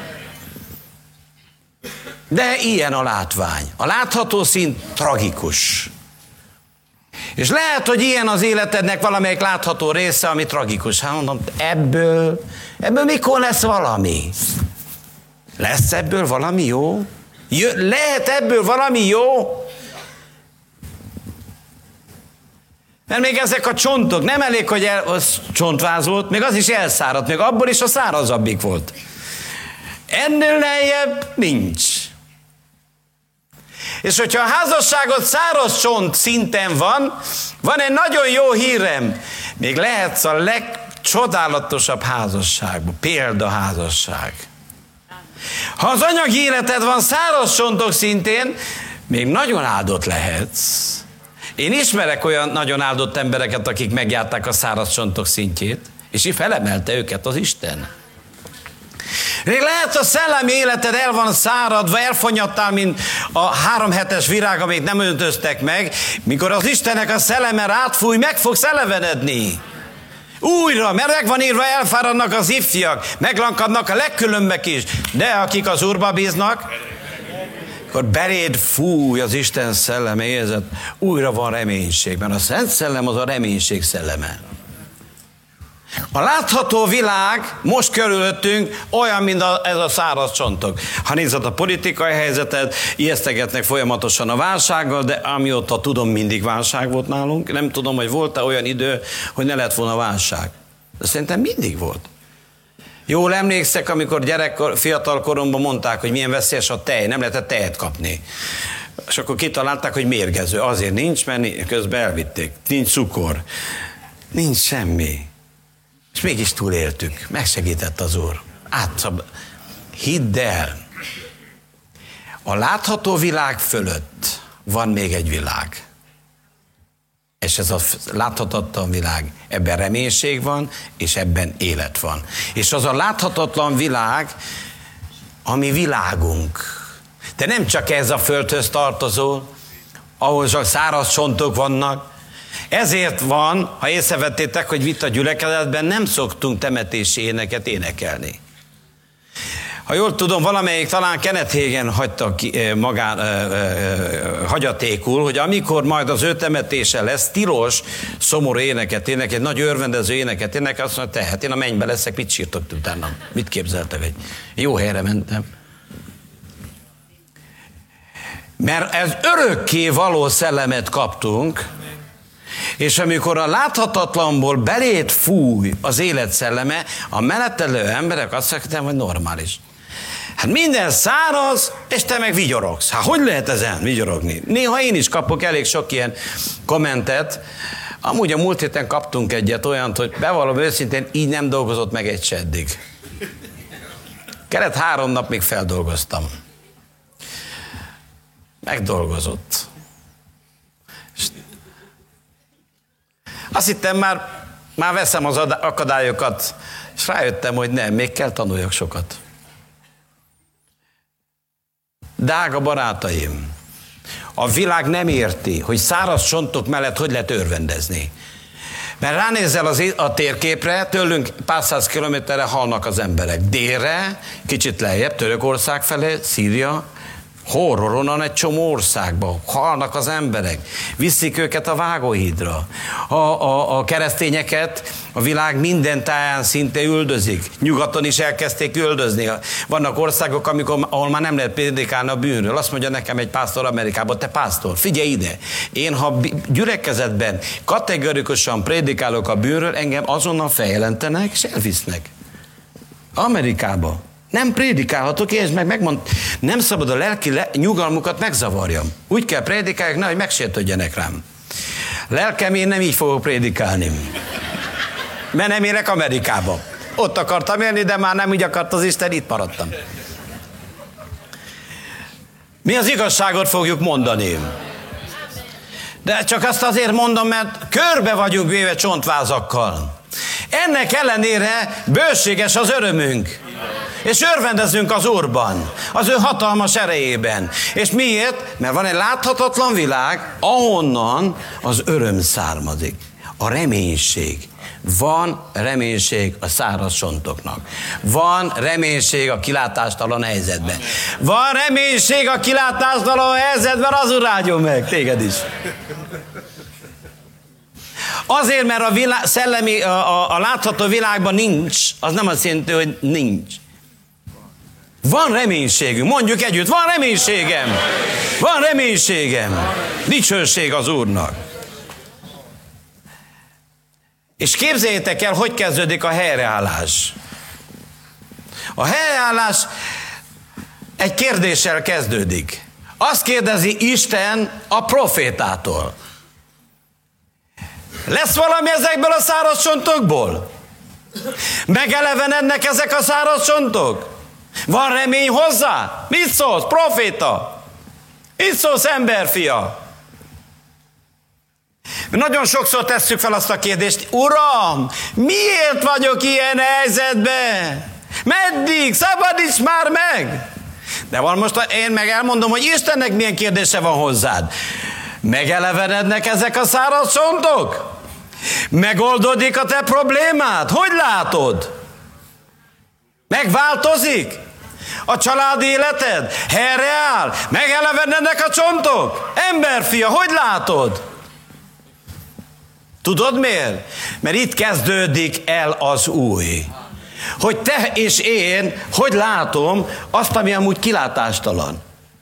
De ilyen a látvány. A látható szín tragikus. És lehet, hogy ilyen az életednek valamelyik látható része, ami tragikus. Hát mondom, ebből mikor lesz valami? Lesz ebből valami jó? Lehet ebből valami jó? Mert még ezek a csontok, nem elég, hogy az csontváz volt, még az is elszáradt, még abból is a szárazabbik volt. Ennél lejjebb nincs. És hogyha a házasságot száraz csont szinten van egy nagyon jó hírem, még lehetsz a legcsodálatosabb házasságban, példaházasság. Ha az anyagi életed van száraz csontok szintén, még nagyon áldott lehetsz. Én ismerek olyan nagyon áldott embereket, akik megjárták a száraz csontok szintjét, és így felemelte őket az Isten. Még lehet a szellemi életed el van száradva, elfonyadtál, mint a 3 hetes virág, amit nem öntöztek meg, mikor az Istennek a szelleme rád fúj, meg fogsz elevenedni. Újra, mert meg van írva, elfáradnak az ifjak, meglankadnak a legkülönbek is, de akik az Úrba bíznak, akkor beléd fúj az Isten szelleme, érzed, újra van reménység, mert a Szent Szellem az a reménység szelleme. A látható világ most körülöttünk olyan, mint ez a száraz csontok. Ha nézed a politikai helyzetet, ijesztegetnek folyamatosan a válsággal, de amióta tudom, mindig válság volt nálunk. Nem tudom, hogy volt-e olyan idő, hogy ne lett volna válság. De szerintem mindig volt. Jól emlékszek, amikor fiatal koromban mondták, hogy milyen veszélyes a tej, nem lehetett tejet kapni. És akkor kitalálták, hogy mérgező. Azért nincs, mert közben elvitték. Nincs cukor. Nincs semmi. És mégis túléltük. Megsegített az Úr. Hidd el, a látható világ fölött van még egy világ. És ez a láthatatlan világ, ebben reménység van, és ebben élet van. És az a láthatatlan világ, ami világunk. De nem csak ez a földhöz tartozó, ahol csak száraz csontok vannak. Ezért van, ha észrevettétek, hogy Vita gyülekezetben nem szoktunk temetési éneket énekelni. Ha jól tudom, valamelyik talán Kenneth Hagin hagyta hagyatékul, hogy amikor majd az ő temetése lesz, tilos szomorú éneket énekelni, nagy örvendező éneket énekelni, azt mondja, hát én a mennybe leszek, mit sírtok utána? Mit képzeltek? Egy jó helyre mentem. Mert ez örökké való szellemet kaptunk, és amikor a láthatatlanból beléd fúj az élet szelleme, a menetelő emberek azt mondják, hogy normális. Hát minden száraz, és te meg vigyorogsz. Hát hogy lehet ezen vigyorogni? Néha én is kapok elég sok ilyen kommentet. Amúgy a múlt héten kaptunk egyet olyant, hogy bevallom őszintén, így nem dolgozott meg egy se eddig. Kellett 3 nap, még feldolgoztam. Megdolgozott. Azt hittem, már veszem az akadályokat, és rájöttem, hogy nem, még kell tanuljak sokat. Drága barátaim, a világ nem érti, hogy száraz csontok mellett hogy lehet örvendezni. Mert ránézzel a térképre, tőlünk pár 100 kilométerre halnak az emberek. Délre, kicsit lejjebb, Törökország felé, Szíria, Horror onnan egy csomó országba. Halnak az emberek. Viszik őket a vágóhídra. A keresztényeket a világ minden táján szinte üldözik. Nyugaton is elkezdték üldözni. Vannak országok, ahol már nem lehet prédikálni a bűnről. Azt mondja nekem egy pásztor Amerikában, te pásztor, figyelj ide. Én, ha gyülekezetben kategorikusan prédikálok a bűnről, engem azonnal feljelentenek, és elvisznek. Amerikába. Nem prédikálhatok, és megmond, nem szabad a lelki nyugalmukat megzavarjam. Úgy kell prédikálják, nehogy megsértődjenek rám. Lelkem, én nem így fogok prédikálni. Mert nem érek Amerikába. Ott akartam élni, de már nem úgy akart az Isten, itt maradtam. Mi az igazságot fogjuk mondani. De csak azt azért mondom, mert körbe vagyunk véve csontvázakkal. Ennek ellenére bőséges az örömünk. És örvendezünk az Úrban, az ő hatalmas erejében. És miért? Mert van egy láthatatlan világ, ahonnan az öröm származik. A reménység. Van reménység a száraz csontoknak. Van reménység a kilátástalan helyzetben. Van reménység a kilátástalan helyzetben, az Úr áldjon meg téged is. Azért, mert a látható világban nincs, az nem azt jelenti, hogy nincs. Van reménységünk, mondjuk együtt, van reménységem. Van reménységem. Dicsőség az Úrnak. És képzeljétek el, hogy kezdődik a helyreállás. A helyreállás egy kérdéssel kezdődik. Azt kérdezi Isten a profétától. Lesz valami ezekből a száraz csontokból? Megelevenednek ezek a száraz csontok? Van remény hozzá? Mit szólsz, proféta? Mit szólsz, emberfia? Nagyon sokszor tesszük fel azt a kérdést, Uram, miért vagyok ilyen helyzetben? Meddig? Szabadíts már meg! De van most, én meg elmondom, hogy Istennek milyen kérdése van hozzád. Megelevenednek ezek a száraz csontok? Megoldódik a te problémád? Hogy látod? Megváltozik? A családi életed? Helyreáll? Megelevenednek a csontok? Emberfia, hogy látod? Tudod miért? Mert itt kezdődik el az új. Hogy te és én, hogy látom azt, ami amúgy kilátástalan.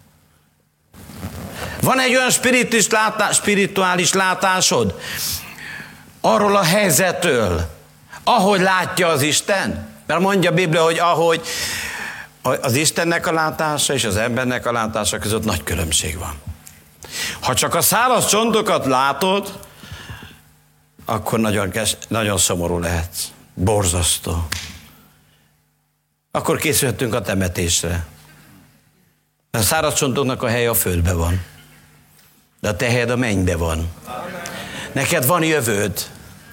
Van egy olyan spirituális látásod arról a helyzetről, ahogy látja az Isten? Mert mondja a Biblia, hogy ahogy az Istennek a látása és az embernek a látása között nagy különbség van. Ha csak a száraz csontokat látod, akkor nagyon szomorú lehetsz. Borzasztó. Akkor készülhetünk a temetésre. A száraz csontoknak a helye a földben van. De a te helyed a mennyben van. Neked van jövőd.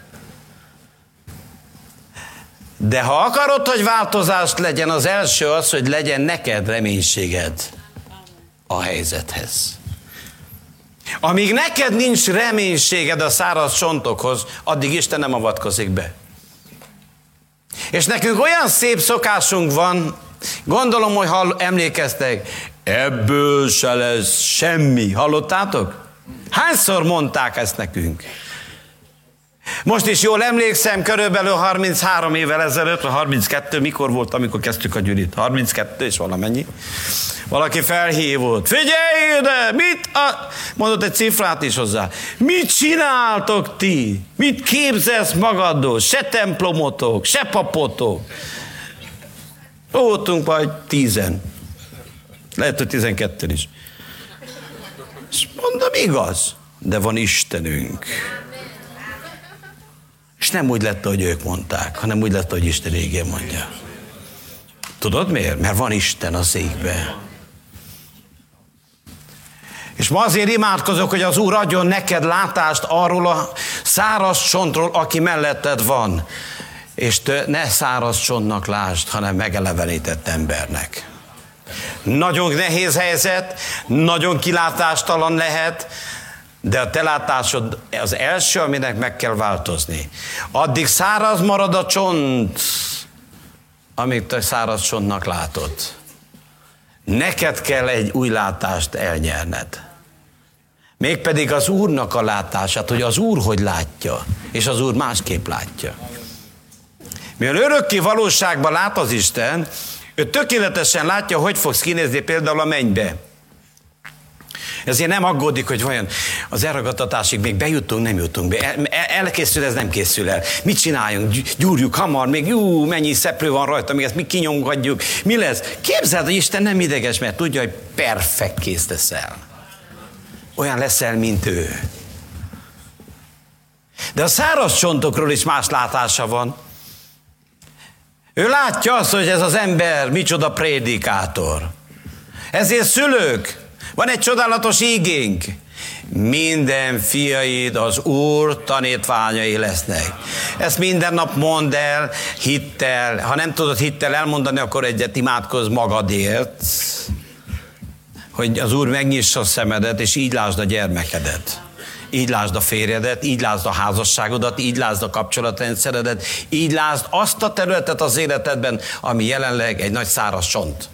De ha akarod, hogy változást legyen, az első az, hogy legyen neked reménységed a helyzethez. Amíg neked nincs reménységed a száraz csontokhoz, addig Isten nem avatkozik be. És nekünk olyan szép szokásunk van, gondolom, hogy emlékeztek, ebből se lesz semmi. Hallottátok? Hányszor mondták ezt nekünk? Most is jól emlékszem, körülbelül 33 évvel ezelőtt, vagy 32, mikor volt, amikor kezdtük a gyűlit? 32 és valamennyi. Valaki felhívott. Figyelj ide! Mondott egy cifrát is hozzá. Mit csináltok ti? Mit képzelsz magadról? Se templomotok, se papotok. Voltunk majd 10. Lehet, hogy 12 is. És mondom, igaz. De van Istenünk. És nem úgy lett, hogy ők mondták, hanem úgy lett, hogy Isten régén mondja. Tudod miért? Mert van Isten a székben. És ma azért imádkozok, hogy az Úr adjon neked látást arról a száraz csontról, aki melletted van. És te ne száraz csontnak lásd, hanem megelevenített embernek. Nagyon nehéz helyzet, nagyon kilátástalan lehet, de a te látásod az első, aminek meg kell változni. Addig száraz marad a csont, amíg te száraz csontnak látod. neked kell egy új látást elnyerned. Mégpedig az Úrnak a látását, hogy az Úr hogy látja, és az Úr másképp látja. Mivel örökké valóságban lát az Isten, ő tökéletesen látja, hogy fogsz kinézni például a mennybe. Ezért nem aggódik, hogy vajon az elragadtatásig még bejutunk, nem jutunk be. Elkészül, ez nem készül el. Mit csináljunk? Gyúrjuk hamar, még mennyi szeplő van rajta, még ezt mi kinyomgatjuk. Mi lesz? Képzeld, hogy Isten nem ideges, mert tudja, hogy perfekt kész leszel. Olyan leszel, mint ő. De a száraz csontokról is más látása van. Ő látja azt, hogy ez az ember micsoda prédikátor. Ezért szülők, van egy csodálatos ígénk. Minden fiaid az Úr tanítványai lesznek. Ezt minden nap mondd el hittel. Ha nem tudod hittel elmondani, akkor egyet imádkozz magadért, hogy az Úr megnyissa a szemedet, és így lásd a gyermekedet. Így lásd a férjedet, így lásd a házasságodat, így lásd a kapcsolatrendszeredet, így lásd azt a területet az életedben, ami jelenleg egy nagy száraz csont.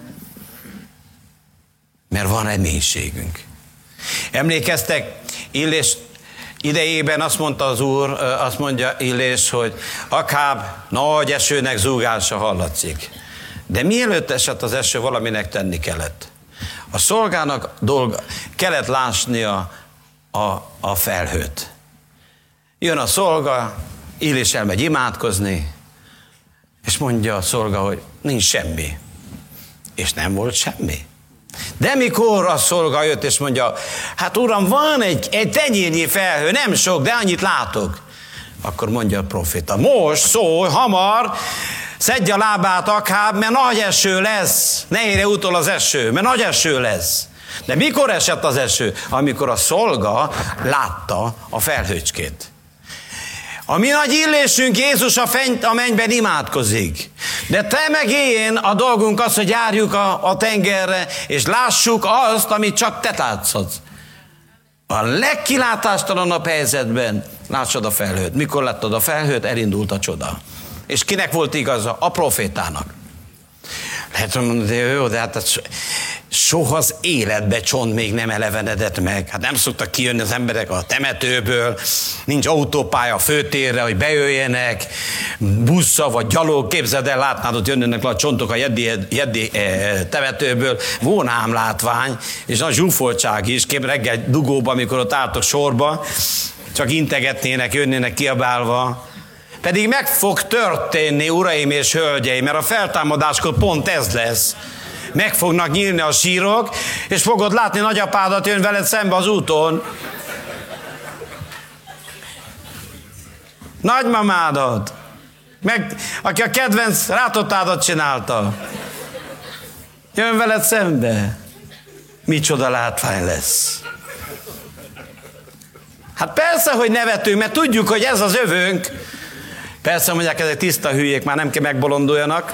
Mert van reménységünk. Emlékeztek, Illés idejében azt mondta az Úr, azt mondja Illés, hogy Akáb nagy esőnek zúgása hallatszik. De mielőtt esett az eső, valaminek tenni kellett. A szolgának dolga, kellett látnia a felhőt. Jön a szolga, Illés elmegy imádkozni, és mondja a szolga, hogy nincs semmi. És nem volt semmi. De mikor a szolga jött és mondja, hát uram, van egy tenyérnyi felhő, nem sok, de annyit látok. Akkor mondja a proféta, most szólj, hamar, szedj a lábát Akáb, mert nagy eső lesz. Ne érje utol az eső, mert nagy eső lesz. De mikor esett az eső? Amikor a szolga látta a felhőcskét. A mi nagy Illésünk Jézus a mennyben imádkozik. De te meg én a dolgunk az, hogy járjuk a tengerre, és lássuk azt, amit csak te látszod. A legkilátástalanabb helyzetben lássad a felhőt. Mikor láttad a felhőt, elindult a csoda. És kinek volt igaza? A profétának. Lehet mondani, jó, de hát soha az életbe csont még nem elevenedett meg. Hát nem szoktak kijönni az emberek a temetőből, nincs autópálya a főtérre, hogy bejöjjenek, busszal vagy gyalog, képzeld el, látnád, hogy jönnek le a csontok a jeddi temetőből, volna ám látvány, és nagy zsúfoltság is, reggel dugóba, amikor ott álltok sorba, csak integetnének, jönnének kiabálva. Pedig meg fog történni, uraim és hölgyeim, mert a feltámadáskor pont ez lesz. Meg fognak nyílni a sírok, és fogod látni nagyapádat jön veled szembe az úton. Nagymamádat, meg aki a kedvenc rátotádat csinálta. Jön veled szembe. Micsoda látvány lesz. Hát persze, hogy nevetünk, mert tudjuk, hogy ez az övünk. Persze mondják, ezek tiszta hülyék, már nem kell megbolonduljanak.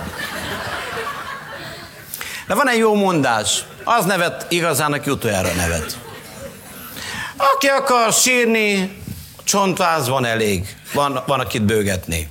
De van egy jó mondás. Az nevet igazán, aki utoljára nevet. Aki akar sírni, csontváz van elég. Van akit bőgetni.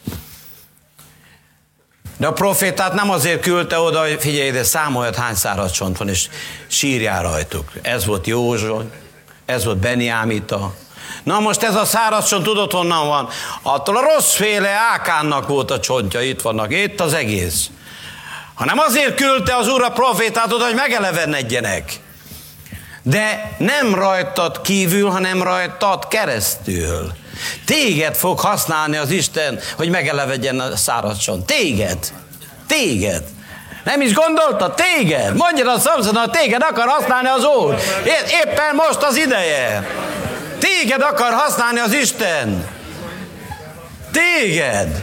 De a profétát nem azért küldte oda, hogy figyelj, de számoljad, hány száraz csont van, és sírjál rajtuk. Ez volt József, ez volt Beniámita. Na most ez a száraz csont, tudod honnan van? Attól a rosszféle Ákánnak volt a csontja, itt vannak, itt az egész. Hanem azért küldte az Úr a profétát oda, hogy megelevenedjenek. De nem rajtad kívül, hanem rajtad keresztül. Téged fog használni az Isten, hogy megelevedjen a száraz csont. Téged. Nem is gondoltad? Téged. Mondjad a Szamszonnak, téged akar használni az Úr. Éppen most az ideje. Téged akar használni az Isten. Téged.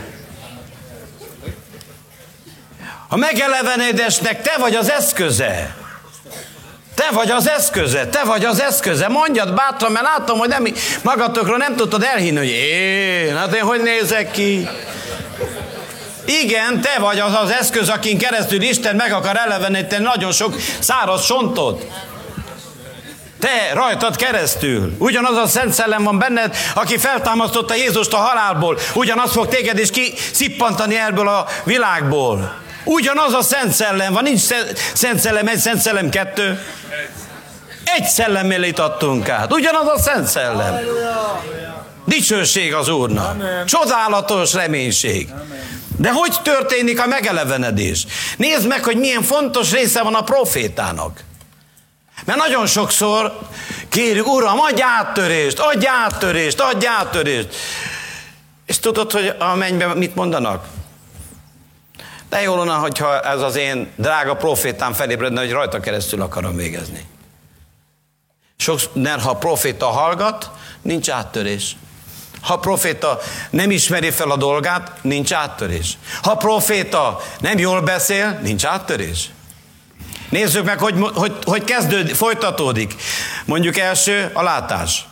A megelevenedésnek te vagy az eszköze. Te vagy az eszköze. Mondjad bátran, mert látom, hogy nem, magatokról nem tudtad elhinni, hogy én hogy nézek ki? Igen, te vagy az eszköz, akin keresztül Isten meg akar eleveníteni nagyon sok száraz csontot. Te rajtad keresztül. Ugyanaz a Szent Szellem van benned, aki feltámasztotta Jézust a halálból. Ugyanaz fog téged is kiszippantani ebből a világból. Ugyanaz a Szent Szellem van, nincs Szent Szellem 1, Szent Szellem 2. Egy szellemmel itattunk át. Ugyanaz a Szent Szellem. Dicsőség az Úrnak. Csodálatos reménység. De hogy történik a megelevenedés? Nézd meg, hogy milyen fontos része van a profétának. Mert nagyon sokszor kérjük, Uram, adj áttörést, adj áttörést, adj áttörést. És tudod, hogy a mennyben mit mondanak? De jól volna, hogyha ez az én drága profétám felébredne, hogy rajta keresztül akarom végezni. Mert ha a proféta hallgat, nincs áttörés. Ha a proféta nem ismeri fel a dolgát, nincs áttörés. Ha a proféta nem jól beszél, nincs áttörés. Nézzük meg, hogy kezdődik, folytatódik. Mondjuk első, a látás.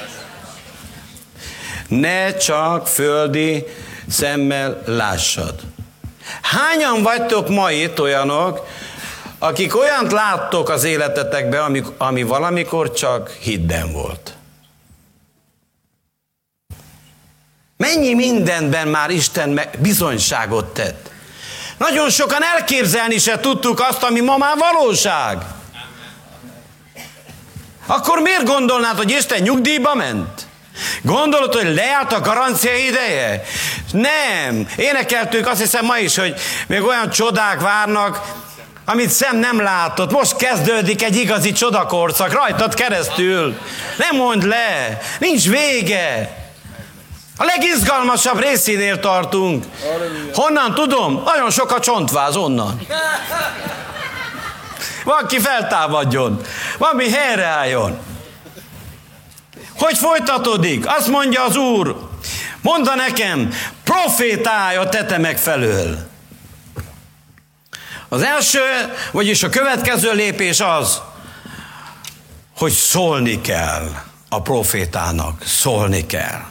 Ne csak földi szemmel lássad. Hányan vagytok ma itt olyanok, akik olyant láttok az életetekben, ami valamikor csak hitben volt? Mennyi mindenben már Isten bizonyságot tett. Nagyon sokan elképzelni se tudtuk azt, ami ma már valóság. Akkor miért gondolnád, hogy Isten nyugdíjba ment? Gondolod, hogy lejárt a garancia ideje? Nem. Énekeltük, azt hiszem ma is, hogy még olyan csodák várnak, amit szem nem látott. Most kezdődik egy igazi csodakorszak rajtad keresztül. Nem mondd le. Nincs vége. A legizgalmasabb részénél tartunk. Honnan tudom? Nagyon sok a csontváz onnan. Valaki feltámadjon. Valami helyreálljon. Hogy folytatódik? Azt mondja az Úr, mondta nekem, profétálj a tetemek felől. Az első, vagyis a következő lépés az, hogy szólni kell a profétának. Szólni kell.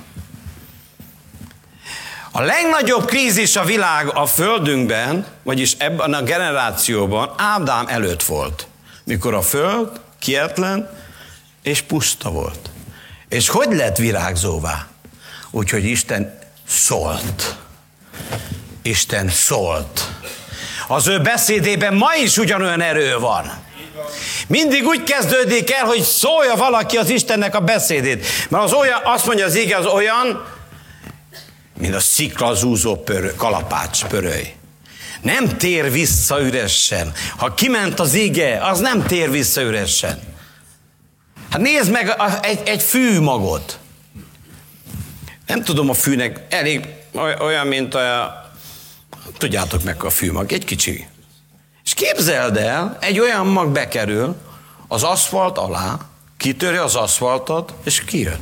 A legnagyobb krízis a világ a földünkben, vagyis ebben a generációban Ádám előtt volt, mikor a föld kietlen és puszta volt. És hogy lett virágzóvá? Úgyhogy Isten szólt. Isten szólt. Az ő beszédében ma is ugyanolyan erő van. Mindig úgy kezdődik el, hogy szólja valaki az Istennek a beszédét. Mert az olyan, azt mondja az ige, az olyan, mint a szikla zúzó kalapács pöröly. Nem tér vissza üresen. Ha kiment az ige, az nem tér vissza üresen. Hát nézd meg egy fűmagot. Nem tudom, a fűnek elég olyan, mint tudjátok meg a fűmag, egy kicsi. És képzeld el, egy olyan mag bekerül az aszfalt alá, kitöri az aszfaltot, és kijön.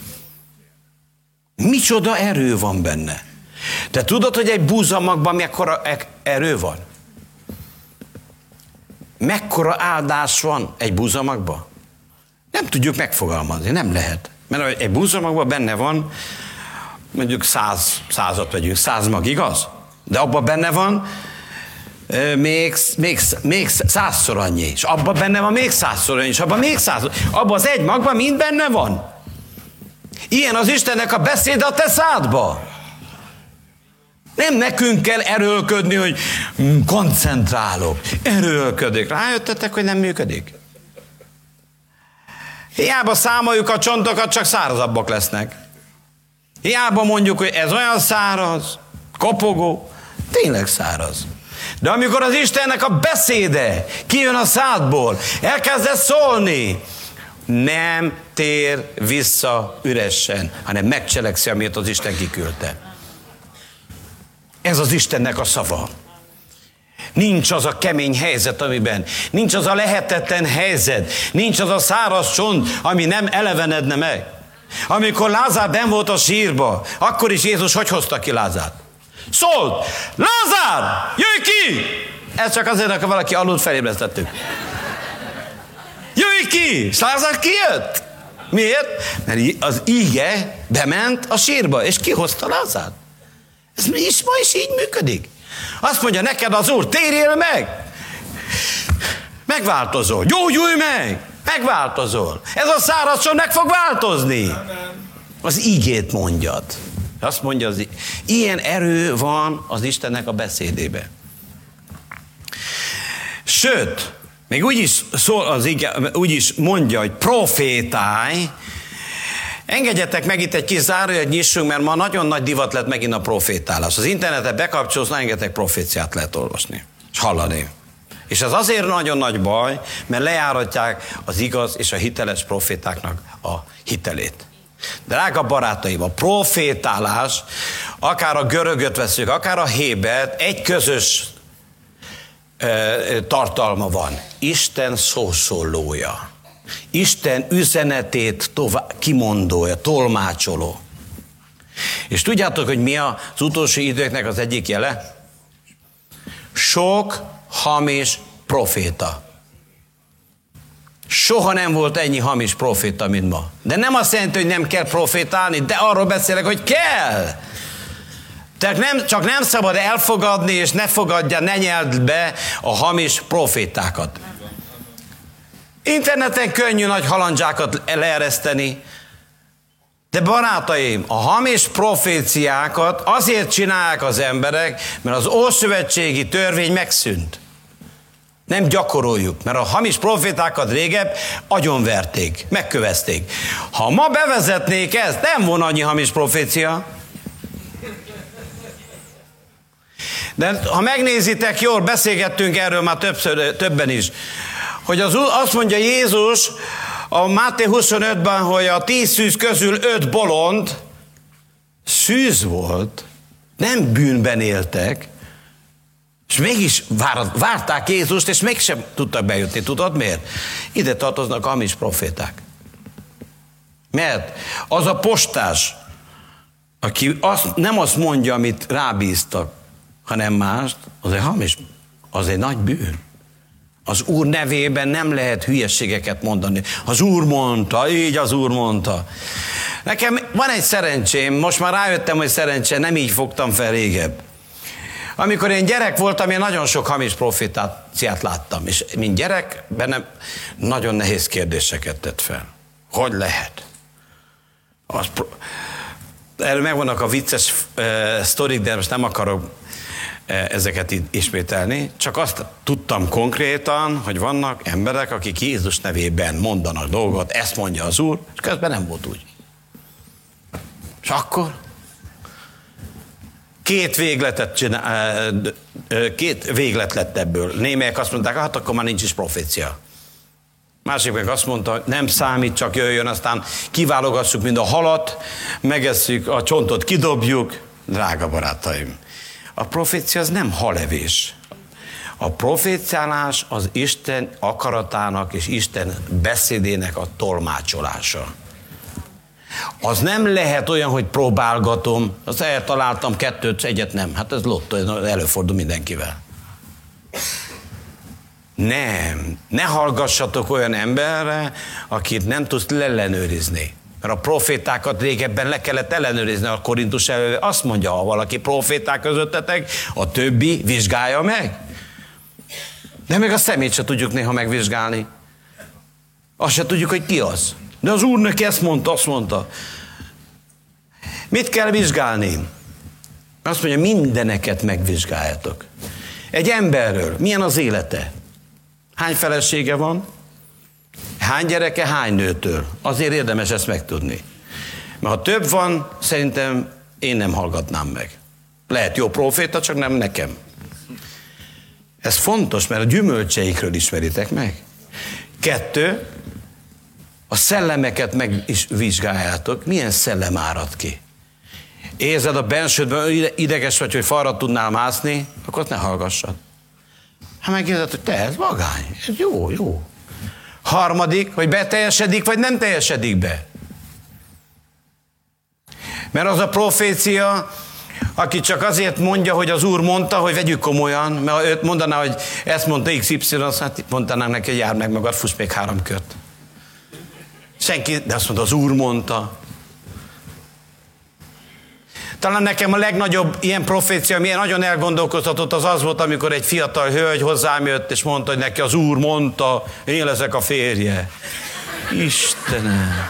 Micsoda erő van benne. Te tudod, hogy egy búzamagban mekkora erő van? Mekkora áldás van egy búzamagban? Nem tudjuk megfogalmazni, nem lehet. Mert egy búzamagban benne van, mondjuk 100-at vegyünk, 100 mag, igaz? De abban benne van még 100-szor annyi, és abban benne van még 100-szor annyi, és abban még 100-szor. Abban az egy magban mind benne van. Ilyen az Istennek a beszéde a te szádba. Nem nekünk kell erőlködni, hogy koncentrálok, erőlködik. Rájöttetek, hogy nem működik? Hiába számoljuk a csontokat, csak szárazabbak lesznek. Hiába mondjuk, hogy ez olyan száraz, kopogó, tényleg száraz. De amikor az Istennek a beszéde kijön a szádból, elkezdett szólni, nem tér vissza üresen, hanem megcselekszi, amit az Isten kiküldte. Ez az Istennek a szava. Nincs az a kemény helyzet, amiben, nincs az a lehetetlen helyzet, nincs az a száraz csont, ami nem elevenedne meg. Amikor Lázár benn volt a sírba, akkor is Jézus hogy hozta ki Lázárt? Szólt, Lázár, jöjj ki! Ez csak azért, ha valaki aludt, felébresztettük. Jöjj ki! És Lázár kijött. Miért? Mert az íge bement a sírba, és kihozta Lázárt. Ez ma is így működik. Azt mondja neked az Úr, térjél meg! Megváltozol, gyógyulj meg! Megváltozol. Ez a szárazság meg fog változni. Az ígét mondjad. Azt mondja, ilyen erő van az Istennek a beszédébe. Sőt, még úgy is szól úgy is mondja, hogy profétálj. Engedjetek meg itt egy kis zárójelet nyissunk, mert ma nagyon nagy divat lett megint a profétálás. Az internetet bekapcsolsz, rengeteg proféciát lehet olvasni, és hallani. És ez azért nagyon nagy baj, mert lejáratják az igaz és a hiteles profétáknak a hitelét. Drága barátaim, a profétálás, akár a görögöt veszük, akár a hébert, egy közös tartalma van. Isten szószólója. Isten üzenetét kimondója, tolmácsoló. És tudjátok, hogy mi az utolsó időknek az egyik jele? Sok hamis proféta. Soha nem volt ennyi hamis proféta, mint ma. De nem azt jelenti, hogy nem kell profétálni, de arról beszélek, hogy kell. Tehát csak nem szabad elfogadni, és ne nyeld be a hamis profétákat. Interneten könnyű nagy halandzsákat leereszteni, de barátaim, a hamis proféciákat azért csinálják az emberek, mert az ószövetségi törvény megszűnt. Nem gyakoroljuk, mert a hamis profétákat régebb agyonverték, megkövezték. Ha ma bevezetnék ezt, nem volna annyi hamis profécia. De ha megnézitek jól, beszélgettünk erről már többen is, hogy azt mondja Jézus a Máté 25-ben, hogy a 10 szűz közül 5 bolond szűz volt, nem bűnben éltek, és mégis várták Jézust, és mégsem tudtak bejutni. Tudod miért? Ide tartoznak a hamis proféták. Mert az a postás, aki nem azt mondja, amit rábíztak, hanem mást, az egy hamis, az egy nagy bűn. Az Úr nevében nem lehet hülyeségeket mondani. Az Úr mondta, így az Úr mondta. Nekem van egy szerencsém, most már rájöttem, hogy szerencse, nem így fogtam fel régebb. Amikor én gyerek voltam, én nagyon sok hamis profétáciát láttam, és mint gyerek bennem nagyon nehéz kérdéseket tett fel. Hogy lehet? Erről megvannak a vicces sztorik, de most nem akarok ezeket ismételni, csak azt tudtam konkrétan, hogy vannak emberek, akik Jézus nevében mondanak dolgot, ezt mondja az Úr, és közben nem volt úgy. És akkor két véglet lett ebből. Némelyek azt mondták, hát akkor már nincs is profécia. Másik meg azt mondta, hogy nem számít, csak jöjjön, aztán kiválogassuk mind a halat, megesszük, a csontot kidobjuk. Drága barátaim, a profécia az nem halevés. A proféciálás az Isten akaratának és Isten beszédének a tolmácsolása. Az nem lehet olyan, hogy próbálgatom, azt eltaláltam 2-t, 1 nem. Hát ez lottó, előfordul mindenkivel. Nem. Ne hallgassatok olyan emberre, akit nem tudsz ellenőrizni. Mert a profétákat régebben le kellett ellenőrizni, a Korintus előtt azt mondja, ha valaki proféták közöttetek, a többi vizsgálja meg. De még a szemét se tudjuk néha megvizsgálni. Azt se tudjuk, hogy ki az. De az Úr neki ezt mondta, azt mondta. Mit kell vizsgálni? Azt mondja, mindeneket megvizsgáljatok. Egy emberről milyen az élete? Hány felesége van? Hány gyereke, hány nőtől? Azért érdemes ezt megtudni. Mert ha több van, szerintem én nem hallgatnám meg. Lehet jó proféta, csak nem nekem. Ez fontos, mert a gyümölcseikről ismeritek meg. 2, a szellemeket meg is vizsgáljátok. Milyen szellem árad ki? Érzed a bensődben, ideges vagy, hogy falra tudnál mászni, akkor azt ne hallgassad. Hát megérzed, hogy te, ez vagány, ez jó, jó. 3, hogy beteljesedik, vagy nem teljesedik be. Mert az a profécia, aki csak azért mondja, hogy az Úr mondta, hogy vegyük komolyan, mert őt mondaná, hogy ezt mondta XY, hát mondanánk neki, hogy jár meg magad, fuss még 3 kört. Senki, de azt mondta, az Úr mondta. Talán nekem a legnagyobb ilyen profécia, ami nagyon elgondolkoztatott, az volt, amikor egy fiatal hölgy hozzám jött, és mondta, hogy neki az Úr mondta, én leszek a férje. Istenem!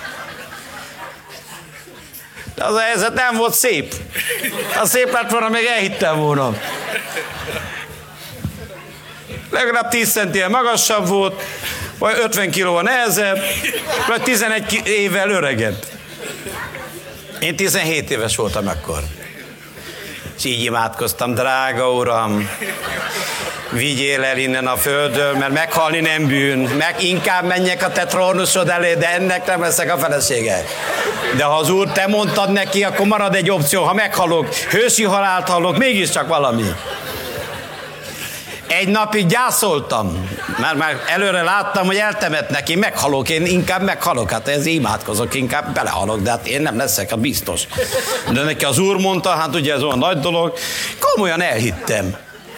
De az a helyzet nem volt szép. Ha szép lett volna, még elhittem volna. Legalább 10 centivel magasabb volt, vagy 50 kilóval nehezebb, vagy 11 évvel öregebb. Én 17 éves voltam akkor. És így imádkoztam, drága Uram, vigyél el innen a földről, mert meghalni nem bűn, inkább menjek a te trónusod elé, de ennek nem leszek a felesége. De ha az Úr, te mondtad neki, akkor marad egy opció, ha meghalok, hősi halált hallok, mégiscsak valami. Egy napig gyászoltam, mert már előre láttam, hogy eltemetnek, én meghalok, én inkább meghalok, hát ez imádkozok, inkább belehalok, de hát én nem leszek, hát biztos. De neki az Úr mondta, hát ugye ez olyan nagy dolog, komolyan elhittem.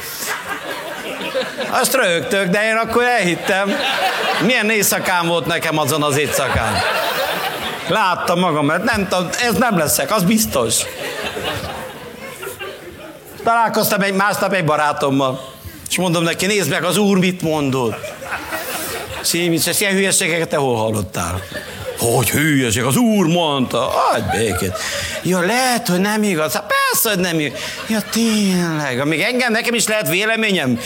Azt röhögtök, de én akkor elhittem. Milyen éjszakán volt nekem azon az éjszakán. Láttam magam, mert nem tudom, ez nem leszek, az biztos. Találkoztam másnap egy barátommal, és mondom neki, nézd meg, az Úr mit mondott. És ilyen hülyeségeket te hol hallottál? Hogy hülyeség, az Úr mondta. Adj békét. Ja, lehet, hogy nem igaz. Hát persze, hogy nem igaz. Ja, tényleg. Még nekem is lehet véleményem.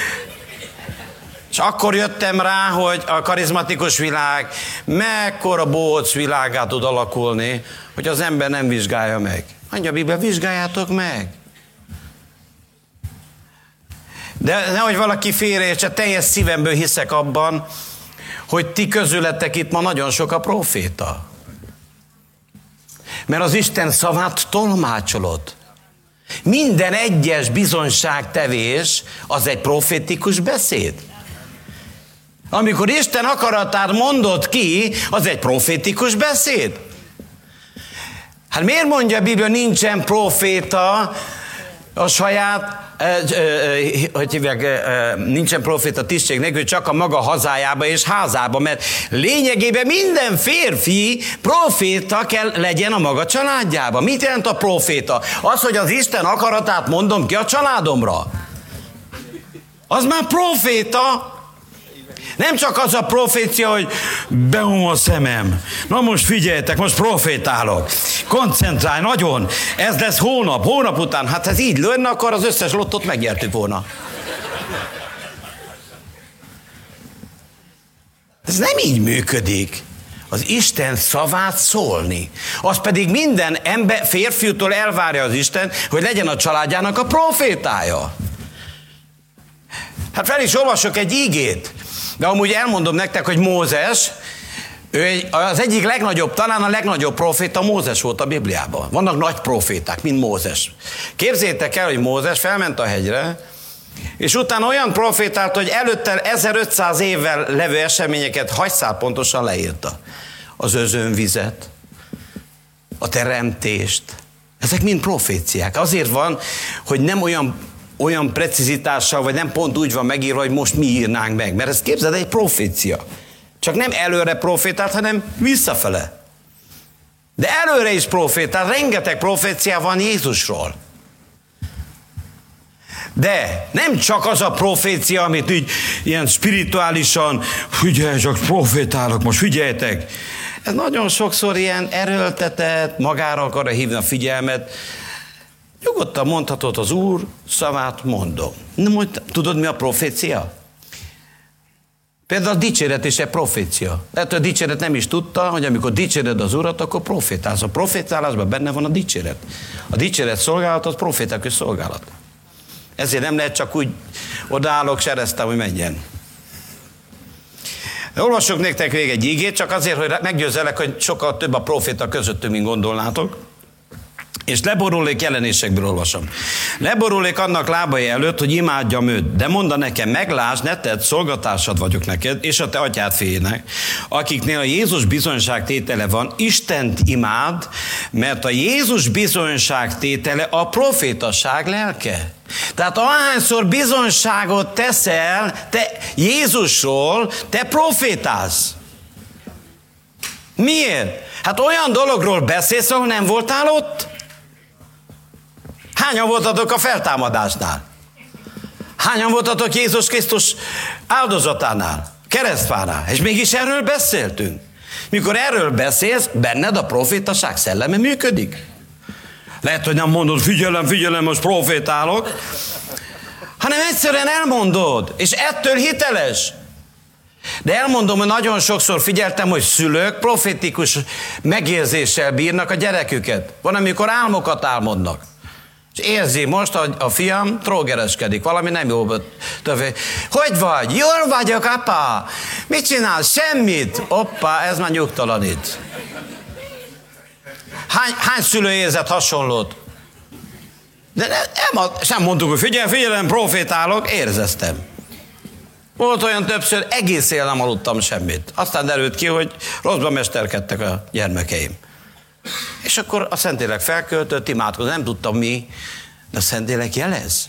És akkor jöttem rá, hogy a karizmatikus világ mekkora bóc világát tud alakulni, hogy az ember nem vizsgálja meg. Mondja a Biblia, vizsgáljátok meg. De nehogy valaki félreértse, teljes szívemből hiszek abban, hogy ti közületek itt ma nagyon sok a proféta. Mert az Isten szavát tolmácsolod. Minden egyes bizonyságtevés az egy profétikus beszéd. Amikor Isten akaratát mondod ki, az egy profétikus beszéd. Hát miért mondja a Biblia, nincsen proféta a saját, hogy hívják, nincsen proféta tisztség nélkül, csak a maga hazájába és házába, mert lényegében minden férfi proféta kell legyen a maga családjába. Mit jelent a proféta? Az, hogy az Isten akaratát mondom ki a családomra. Az már proféta. Nem csak az a profécia, hogy beom a szemem. Na most figyeljetek, most profétálok. Koncentrálj nagyon. Ez lesz hónap után. Hát ez így lőne, akkor az összes lottót megnyertük volna. Ez nem így működik. Az Isten szavát szólni. Az pedig minden ember, férfiútól elvárja az Isten, hogy legyen a családjának a profétája. Hát fel is olvasok egy ígét. De amúgy elmondom nektek, hogy Mózes, ő az egyik legnagyobb, talán a legnagyobb proféta Mózes volt a Bibliában. Vannak nagy proféták, mint Mózes. Képzeljétek el, hogy Mózes felment a hegyre, és utána olyan profétált, hogy előtte 1500 évvel levő eseményeket hajszál pontosan leírta. Az özönvizet, a teremtést. Ezek mind proféciák. Azért van, hogy nem olyan precizitással, vagy nem pont úgy van megírva, hogy most mi írnánk meg. Mert ezt képzeld, egy profécia. Csak nem előre profétált, hanem visszafele. De előre is profétált, rengeteg profécia van Jézusról. De nem csak az a profécia, amit így ilyen spirituálisan, figyelj, csak profétálok, most figyeljetek. Ez nagyon sokszor ilyen erőltetett, magára akarja hívni a figyelmet. Nyugodtan mondhatod, az Úr szavát mondom. Tudod, mi a profécia? Például a dicséret is egy profécia. Lehet, hogy a dicséret nem is tudta, hogy amikor dicséred az Urat, akkor profétálsz. A profétálásban benne van a dicséret. A dicséret szolgálat az proféták szolgálat. Ezért nem lehet csak úgy odaállok, sereztem, hogy menjen. Olvassok nektek még egy ígét, csak azért, hogy meggyőzelek, hogy sokkal több a proféta közöttünk, mint gondolnátok. És leborulék jelenésekből olvasom. Leborulék annak lábai előtt, hogy imádjam őt, de mondta nekem, meglásd, ne tedd, szolgatársad vagyok neked, és a te atyád félnek, akiknél a Jézus bizonyságtétele van, Istent imád, mert a Jézus bizonyságtétele a profétaság lelke. Tehát ahányszor bizonyságot teszel te Jézusról, te profétálsz. Miért? Hát olyan dologról beszélsz, ahol nem voltál ott. Hányan voltatok a feltámadásnál? Hányan voltatok Jézus Krisztus áldozatánál, keresztfánál? És mégis erről beszéltünk. Mikor erről beszélsz, benned a profétaság szelleme működik. Lehet, hogy nem mondod, figyelem, most profétálok. hanem egyszerűen elmondod, és ettől hiteles. De elmondom, hogy nagyon sokszor figyeltem, hogy szülők profétikus megérzéssel bírnak a gyereküket. Van, amikor álmokat álmodnak. És érzi most, hogy a fiam trógereskedik, valami nem jó. Hogy vagy? Jól vagyok, apa. Mit csinálsz? Semmit. Hoppá, ez már nyugtalanít. Hány szülő érzett hasonlót? De nem mondtuk, hogy figyelem, profétálok, érzeztem. Volt olyan többször, egész éjjel nem aludtam semmit. Aztán derült ki, hogy rosszban mesterkedtek a gyermekeim. És akkor a Szentlélek felköltött, imádkozott, nem tudtam mi, de a Szentlélek jelez.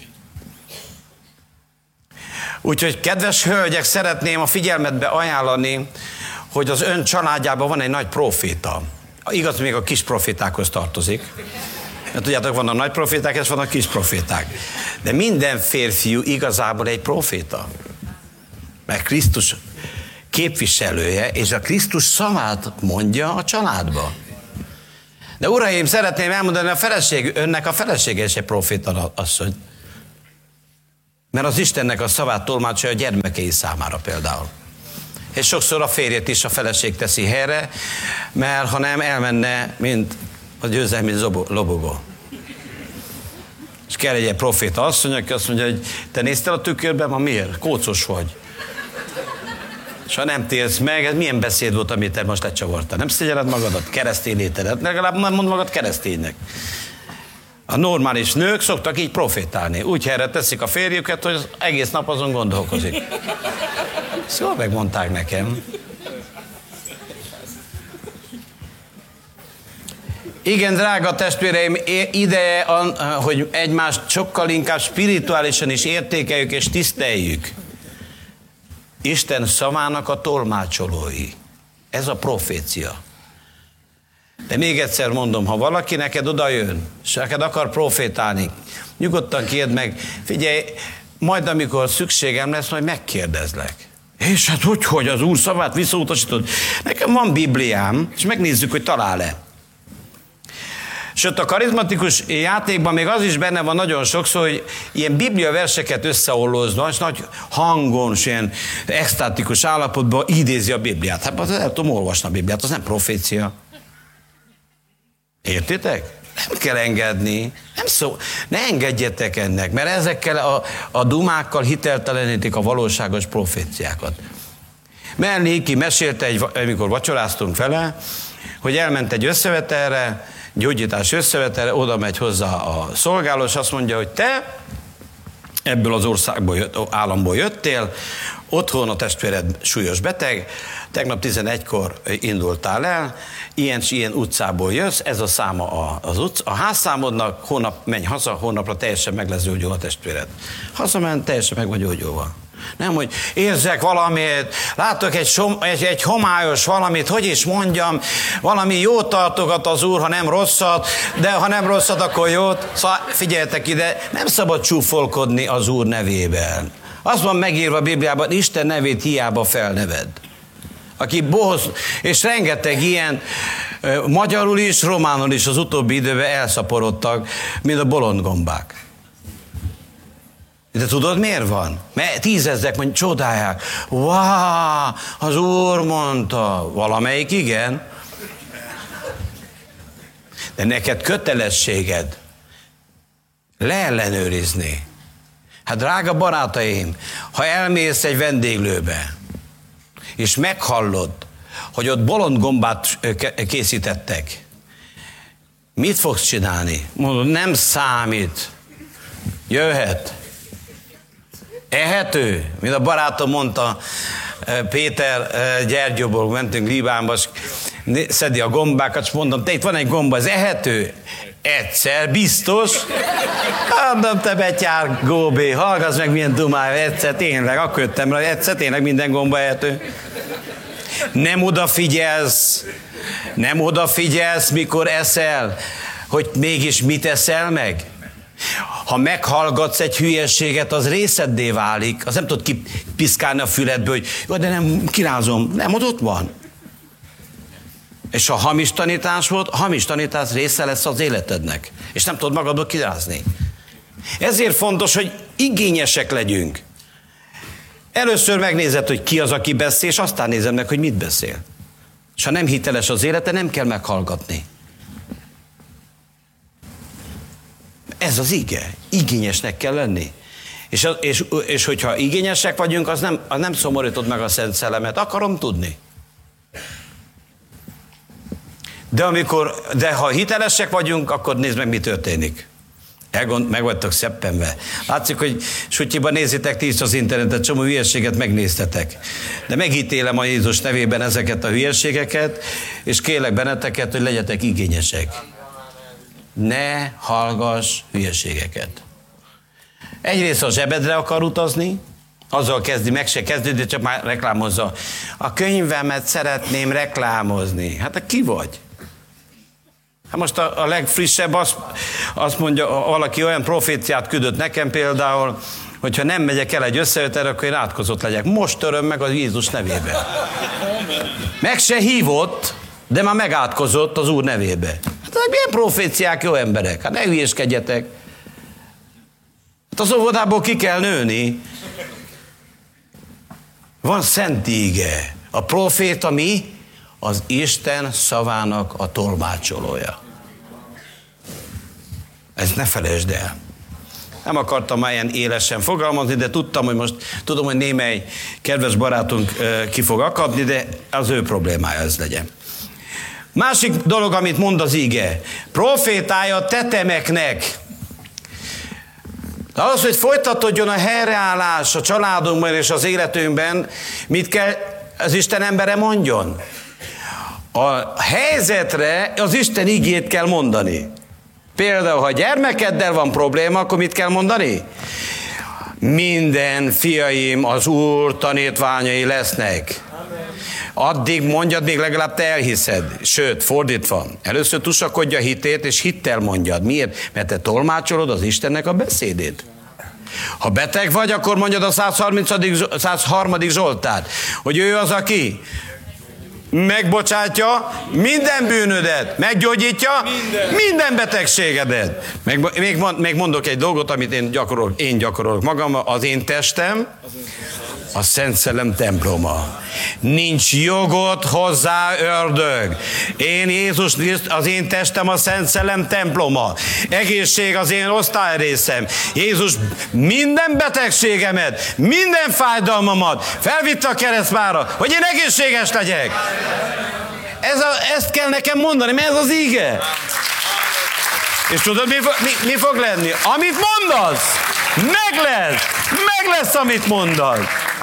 Úgyhogy, kedves hölgyek, szeretném a figyelmetbe ajánlani, hogy az ön családjában van egy nagy proféta. Igaz, még a kis profétákhoz tartozik. Mert tudjátok, van a nagy proféták, és van a kis proféták. De minden férfiú igazából egy proféta. Mert Krisztus képviselője, és a Krisztus szavát mondja a családba. De uraim, szeretném elmondani, önnek a felesége is egy proféta asszony. Mert az Istennek a szavát tolmácsolja a gyermekei számára például. És sokszor a férjet is a feleség teszi helyre, mert ha nem, elmenne, mint a győzelmi lobogó. És kell egy proféta asszony, aki azt mondja, hogy te néztél a tükörben, ma miért? Kócos vagy. És ha nem térsz meg, ez milyen beszéd volt, amit te most lecsavartál? Nem szégyeled magadat, keresztény létedet, legalább nem mond magad kereszténynek. A normális nők szoktak így profétálni. Úgy helyre teszik a férjüket, hogy az egész nap azon gondolkozik. Ezt jól megmondták nekem. Igen, drága testvéreim, ideje, hogy egymást sokkal inkább spirituálisan is értékeljük és tiszteljük. Isten szavának a tolmácsolói. Ez a profécia. De még egyszer mondom, ha valaki neked odajön, és neked akar profétálni, nyugodtan kérd meg, figyelj, majd amikor szükségem lesz, majd megkérdezlek. És hát hogy az Úr szavát visszautasítod? Nekem van Bibliám, és megnézzük, hogy talál-e. Sőt, a karizmatikus játékban még az is benne van nagyon sokszor, hogy ilyen biblia verseket összeollózva, és nagy hangon, és ilyen extatikus állapotban idézi a Bibliát. Hát az el tudom olvasni a Bibliát, az nem profécia. Értitek? Nem kell engedni. Ne engedjetek ennek, mert ezekkel a dumákkal hiteltelenítik a valóságos proféciákat. Melniki mesélte, amikor vacsoráztunk vele, hogy elment egy összevetelre, gyógyítás összevetelre, oda megy hozzá a szolgáló, és azt mondja, hogy te ebből az országból, államból jöttél, otthon a testvéred súlyos beteg, tegnap 11-kor indultál el, ilyen utcából jössz, ez a száma a házszámodnak, hónap menj haza, hónapra teljesen meg lesz gyógyulva a testvéred. Hazament, teljesen meg vagy gyógyulva. Nem, hogy érzek valamit, látok egy homályos valamit, hogy is mondjam, valami jót tartogat az Úr, ha nem rosszat, de ha nem rosszat, akkor jót. Szóval figyeljetek ide, nem szabad csúfolkodni az Úr nevében. Az van megírva a Bibliában, Isten nevét hiába felneved. Aki bohoz, és rengeteg ilyen magyarul is, románul is az utóbbi időben elszaporodtak, mint a bolondgombák. De tudod, miért van? Mert 10 000 mondjuk csodálják. Wow, az Úr mondta. Valamelyik igen. De neked kötelességed leellenőrizni. Hát drága barátaim, ha elmész egy vendéglőbe, és meghallod, hogy ott bolondgombát készítettek, mit fogsz csinálni? Mondod, nem számít. Jöhet. Ehető? Mint a barátom mondta, Péter Gyergyóból mentünk Libánba, és szedi a gombákat, és mondom, te itt van egy gomba, ez ehető? Egyszer, biztos? Mondom, te betyár góbé, hallgass meg, milyen dumája, egyszer tényleg, akkor jöttem rá, egyszer tényleg minden gomba ehető. Nem odafigyelsz, mikor eszel, hogy mégis mit eszel meg? Ha meghallgatsz egy hülyeséget, az részeddé válik, az nem tud kipiszkálni a füledből, hogy jó, de nem kirázom, nem, ott van. És ha hamis tanítás volt, hamis tanítás része lesz az életednek, és nem tudod magadból kirázni. Ezért fontos, hogy igényesek legyünk. Először megnézed, hogy ki az, aki beszél, és aztán nézem meg, hogy mit beszél. És ha nem hiteles az élete, nem kell meghallgatni. Ez az ige. Igényesnek kell lenni. És hogyha igényesek vagyunk, az nem szomorítod meg a Szent Szellemet. Akarom tudni. De ha hitelesek vagyunk, akkor nézd meg, mi történik. Meg vagytok szeppenve. Látszik, hogy sutyiban nézitek ti is az internetet, csomó hülyeséget megnéztetek. De megítélem a Jézus nevében ezeket a hülyeségeket, és kérlek benneteket, hogy legyetek igényesek. Ne hallgass hülyeségeket. Egyrészt a zsebedre akar utazni, azzal kezdi, meg se kezdődik, de csak már reklámozza. A könyvemet szeretném reklámozni. Hát ki vagy? Hát most a legfrissebb azt mondja, valaki olyan proféciát küldött nekem például, hogyha nem megyek el egy összejöttelre, akkor én átkozott legyek. Most töröm meg a Jézus nevében. Meg se hívott, de már megátkozott az Úr nevébe. Hát milyen proféciák, jó emberek? Hát ne hülyéskedjetek. Hát az óvodából ki kell nőni. Van szent íge. A proféta mi? Az Isten szavának a tolmácsolója. Ezt ne felejtsd el. Nem akartam már ilyen élesen fogalmazni, de tudom, hogy némely kedves barátunk ki fog akadni, de az ő problémája ez legyen. Másik dolog, amit mond az íge. Profétája tetemeknek. De ahhoz, hogy folytatódjon a helyreállás a családunkban és az életünkben, mit kell az Isten embere mondjon? A helyzetre az Isten igét kell mondani. Például, ha gyermekeddel van probléma, akkor mit kell mondani? Minden fiaim az Úr tanítványai lesznek. Addig mondjad, még legalább te elhiszed. Sőt, fordítva. Először tusakodj a hitét, és hittel mondjad. Miért? Mert te tolmácsolod az Istennek a beszédét. Ha beteg vagy, akkor mondjad a 103. Zsoltárt, hogy ő az, aki megbocsátja minden bűnödet, meggyógyítja minden betegségedet. Még mondok egy dolgot, amit én gyakorolok magam, az én testem, a Szent Szellem temploma. Nincs jogot hozzá ördög. Én Jézus Krisztus, az én testem a Szent Szellem temploma. Egészség az én osztályrészem. Jézus minden betegségemet, minden fájdalmamat felvitte a keresztmára, hogy én egészséges legyek. Ezt kell nekem mondani, mert ez az íge. És tudod, mi fog lenni? Amit mondasz, meg lesz, amit mondasz.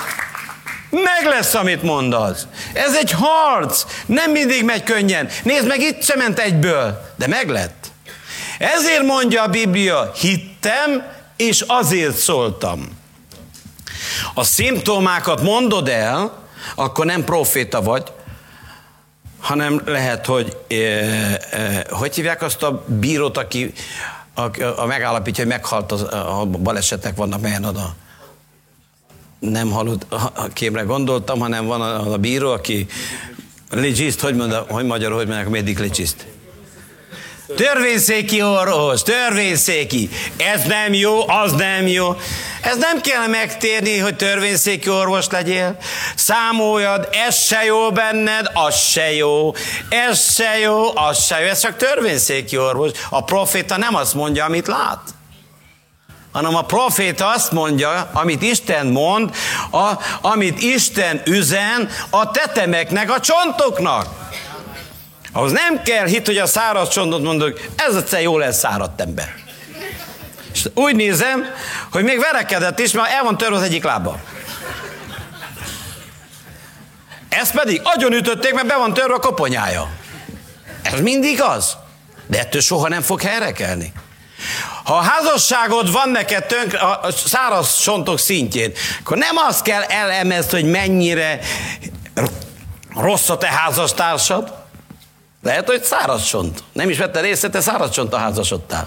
Meg lesz, amit mondasz. Ez egy harc. Nem mindig megy könnyen. Nézd meg, itt sem ment egyből, de meg lett. Ezért mondja a Biblia, hittem, és azért szóltam. A szimptomákat mondod el, akkor nem proféta vagy, hanem lehet, hogy hogy hívják azt a bírót, aki megállapítja, hogy meghalt, a balesetek vannak, melyen oda. Nem hallott, a kémre gondoltam, hanem van a bíró, aki legiszt, hogy magyarul, hogy mondják, médik legiszt. Törvényszéki orvos, törvényszéki. Ez nem jó, az nem jó. Ez nem kell megtérni, hogy törvényszéki orvos legyél. Számoljad, ez se jó benned, az se jó. Ez se jó, az se jó. Ez csak törvényszéki orvos. A proféta nem azt mondja, amit lát, hanem a proféta azt mondja, amit Isten mond, amit Isten üzen a tetemeknek, a csontoknak. Ahhoz nem kell hit, hogy a száraz csontot mondok, ez egyszer jól lesz száradt ember. És úgy nézem, hogy még verekedett is, mert el van törve az egyik lába. Ezt pedig agyon ütötték, mert be van törve a koponyája. Ez mindig az. De ettől soha nem fog helyrekelni. Ha a házasságod van neked tönkre, a száraz csontok szintjén, akkor nem azt kell elemezni, hogy mennyire rossz a te házastársad. Lehet, hogy száraz csont. Nem is vette részt, te száraz csont a házasodtál.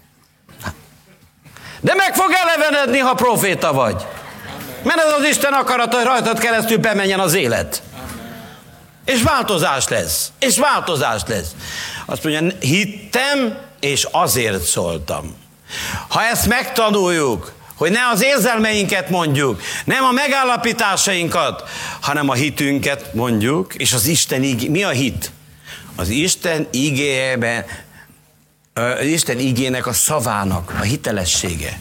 De meg fog elevenedni, ha proféta vagy. Mert ez az Isten akarata, hogy rajtad keresztül bemenjen az élet. És változás lesz. És változás lesz. Azt mondja, hittem, és azért szóltam. Ha ezt megtanuljuk, hogy ne az érzelmeinket mondjuk, nem a megállapításainkat, hanem a hitünket mondjuk, és az Isten mi a hit? Az Isten igéjében, az Isten igének a szavának a hitelessége.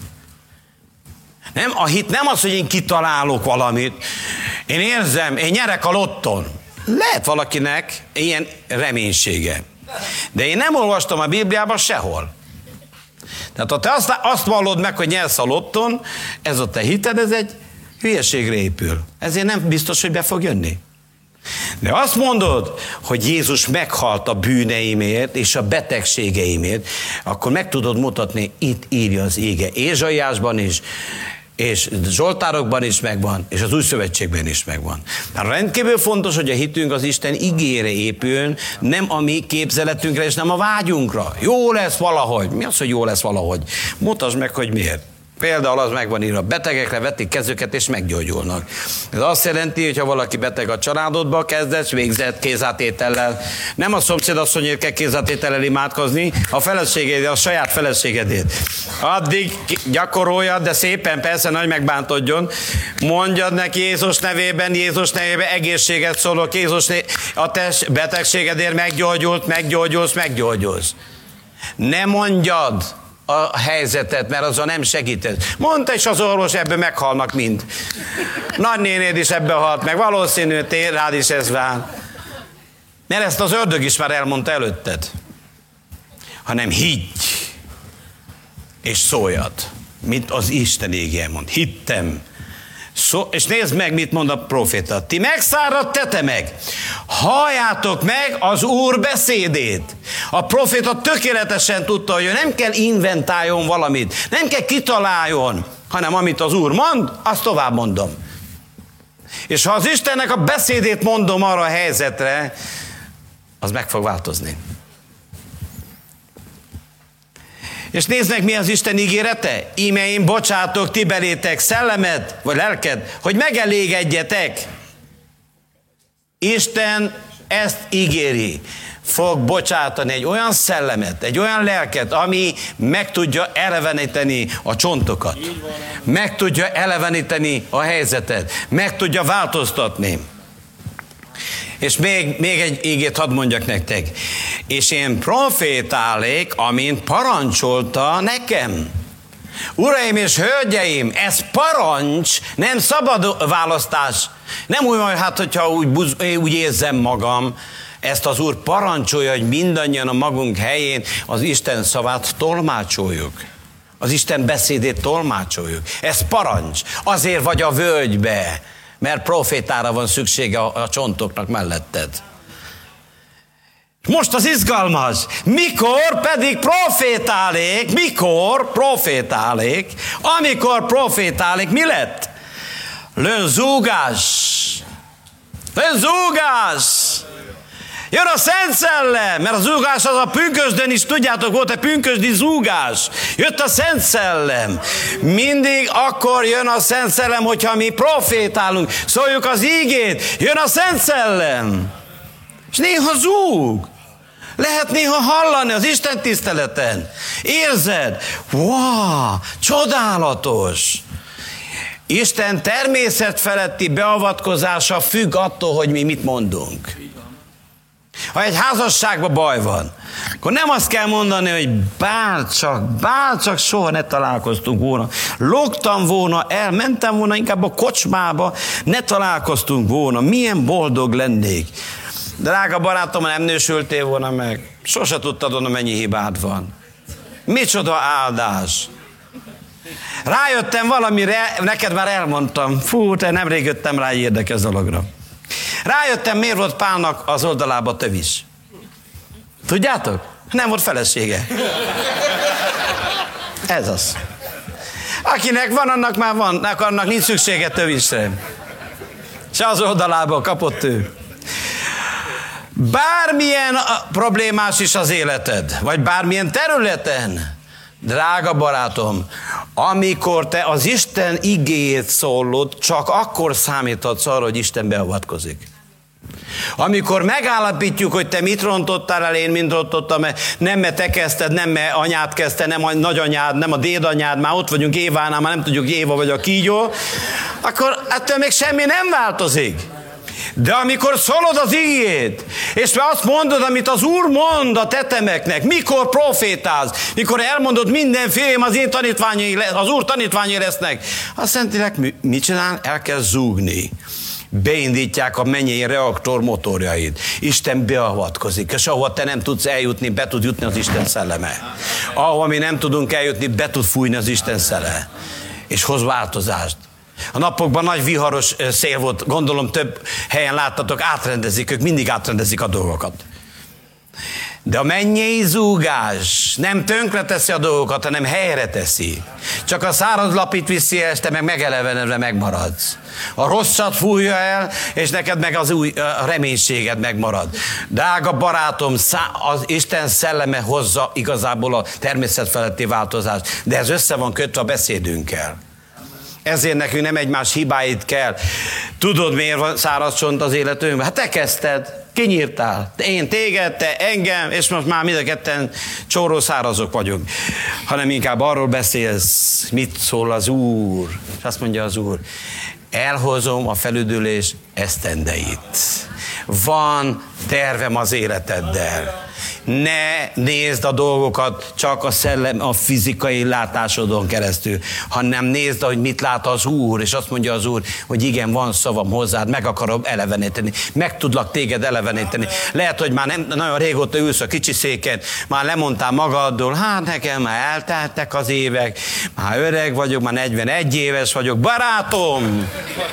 Nem, a hit nem az, hogy én kitalálok valamit, én érzem, én nyerek a lotton. Lehet valakinek ilyen reménysége. De én nem olvastam a Bibliában sehol. Tehát ha te azt vallod meg, hogy nyersz a lotton, ez a te hited, ez egy hülyeségre épül. Ezért nem biztos, hogy be fog jönni. De azt mondod, hogy Jézus meghalt a bűneimért és a betegségeimért, akkor meg tudod mutatni, itt írja az ége. Ézsaiásban is, és Zsoltárokban is megvan, és az Új Szövetségben is megvan. Tehát rendkívül fontos, hogy a hitünk az Isten igére épüljön, nem a mi képzeletünkre, és nem a vágyunkra. Jó lesz valahogy. Mi az, hogy jó lesz valahogy? Mutasd meg, hogy miért. Például az megvan írva, betegekre vetik kezüket és meggyógyulnak. Ez azt jelenti, hogy ha valaki beteg a családodba, kezdesz, végzett kézátétellel. Nem a szomszédasszonyért kell kézátétellel imádkozni, a feleségedét, a saját feleségedét. Addig gyakoroljad, de szépen, persze, nagy megbántodjon. Mondjad neki Jézus nevében egészséget szólok, a te betegségedért meggyógyulsz. Ne mondjad a helyzetet, mert azzal nem segítesz. Mondta is az orvos, ebből meghalnak mind. Nagynénéd is ebbe halt meg, valószínű, rád is ez vár. Mert ezt az ördög is már elmondta előtted. Hanem higgy, és szóljad, mint az Isten igéje mond. Hittem. És nézd meg, mit mond a proféta. Ti megszáradt tetemek, halljátok meg az Úr beszédét. A proféta tökéletesen tudta, hogy ő nem kell inventáljon valamit, nem kell kitaláljon, hanem amit az Úr mond, azt tovább mondom. És ha az Istennek a beszédét mondom arra a helyzetre, az meg fog változni. És nézd meg, mi az Isten ígérete? Íme én bocsátok ti belétek szellemet, vagy lelket, hogy megelégedjetek. Isten ezt ígéri. Fog bocsátani egy olyan szellemet, egy olyan lelket, ami meg tudja eleveníteni a csontokat. Meg tudja eleveníteni a helyzetet. Meg tudja változtatni. És még egy ígét hadd mondjak nektek. És én profétálék, amint parancsolta nekem. Uraim és hölgyeim, ez parancs, nem szabad választás. Nem úgy, hát hogyha úgy érzem magam, ezt az Úr parancsolja, hogy mindannyian a magunk helyén az Isten szavát tolmácsoljuk. Az Isten beszédét tolmácsoljuk. Ez parancs. Azért vagy a völgybe, mert profétára van szüksége a csontoknak melletted. Most az izgalmas. Mikor pedig profétálék, amikor profétálék, mi lett? Lőzúgás. Jön a Szent Szellem, mert a zúgás az a pünkösdön is, tudjátok, volt egy pünkösdi zúgás. Jött a Szent Szellem. Mindig akkor jön a Szent Szellem, hogyha mi profétálunk, szóljuk az ígét, jön a Szent Szellem. És néha zúg. Lehet néha hallani az Isten tiszteleten. Érzed? Wow, csodálatos. Isten természetfeletti beavatkozása függ attól, hogy mi mit mondunk. Ha egy házasságban baj van, akkor nem azt kell mondani, hogy bárcsak soha ne találkoztunk volna. Lógtam volna, elmentem volna inkább a kocsmába, ne találkoztunk volna, milyen boldog lennék. Drága barátom, nem nősültél volna meg. Sose tudtad volna, mennyi hibád van. Micsoda áldás. Rájöttem valamire, neked már elmondtam. Fú, te nemrég jöttem rá egy érdekes dologra. Rájöttem, miért volt Pálnak az oldalába tövis. Tudjátok? Nem volt felesége. Ez az. Akinek van, annak már van, annak nincs szüksége tövisre. Se az oldalába kapott ő. Bármilyen problémás is az életed, vagy bármilyen területen, drága barátom, amikor te az Isten igéjét szólod, csak akkor számíthatsz arra, hogy Isten beavatkozik. Amikor megállapítjuk, hogy te mit rontottál el, én mit rontottam, nem mert te kezdted, nem mert anyád kezdte, nem a nagyanyád, nem a dédanyád, már ott vagyunk Évánál, már nem tudjuk Éva vagy a kígyó, akkor ettől még semmi nem változik. De amikor szólod az igét, és te azt mondod, amit az Úr mond a tetemeknek, mikor profétálsz, mikor elmondod mindenfélem az én tanítványai, az Úr tanítványai lesznek, a Szentlélek mit csinál? El kell zúgni. Beindítják a mennyei reaktor motorjait. Isten beavatkozik, és ahova te nem tudsz eljutni, be tud jutni az Isten szelleme. Ahova mi nem tudunk eljutni, be tud fújni az Isten szele. És hoz változást. A napokban nagy viharos szél volt, gondolom több helyen láttatok, átrendezik, ők mindig átrendezik a dolgokat. De a mennyei zúgás nem tönkreteszi a dolgokat, hanem helyre teszi. Csak a száraz lapit viszi el, és te meg megelevenedve megmaradsz. A rosszat fújja el, és neked meg az új a reménységed megmarad. Drága barátom, az Isten szelleme hozza igazából a természet feletti változást, de ez össze van kötve a beszédünkkel. Ezért nekünk nem egymás hibáit kell. Tudod, miért van száraz csont az életünkben? Hát te kezdted, kinyírtál. Én téged, te engem, és most már mind a ketten csóró szárazok vagyunk. Hanem inkább arról beszélsz, mit szól az Úr. És azt mondja az Úr, elhozom a felüdülés esztendeit. Van tervem az életeddel. Ne nézd a dolgokat csak a szellem, a fizikai látásodon keresztül, hanem nézd, hogy mit lát az Úr, és azt mondja az Úr, hogy igen, van szavam hozzád, meg akarom eleveníteni, meg tudlak téged eleveníteni. Lehet, hogy már nem nagyon régóta ülsz a kicsi széken, már lemondtál magadról, hát nekem már elteltek az évek, már öreg vagyok, már 41 éves vagyok, barátom!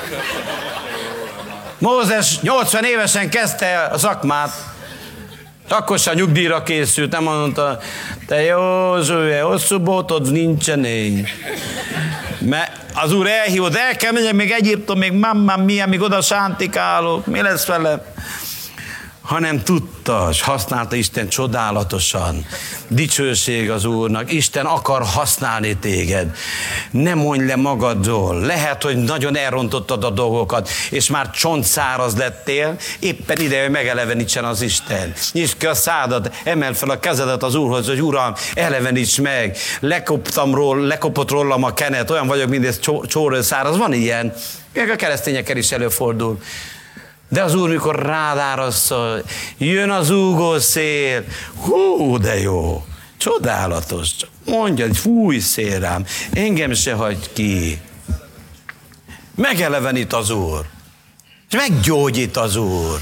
Mózes 80 évesen kezdte a szakmát, akkor sem nyugdíjra készült, nem mondta, te Józsué, hosszú bótod nincsen én. Mert az Úr elhívott, el kell megyek még Egyiptom, még mamma mia, még oda sántikálok, mi lesz vele? Hanem tudta, és használta Isten csodálatosan. Dicsőség az Úrnak. Isten akar használni téged. Ne mondj le magadról. Lehet, hogy nagyon elrontottad a dolgokat, és már csontszáraz lettél, éppen ide, hogy megelevenítsen az Isten. Nyisd ki a szádat, emeld fel a kezedet az Úrhoz, hogy Uram, eleveníts meg. Lekopott rólam a kenet, olyan vagyok, mint ez csóró száraz. Van ilyen. Még a keresztényekkel is előfordul. De az Úr, mikor rád áraszol, jön az úgó szél, hú, de jó, csodálatos, mondja, hogy fúj szél rám, engem se hagy ki. Megelevenít az Úr, és meggyógyít az Úr.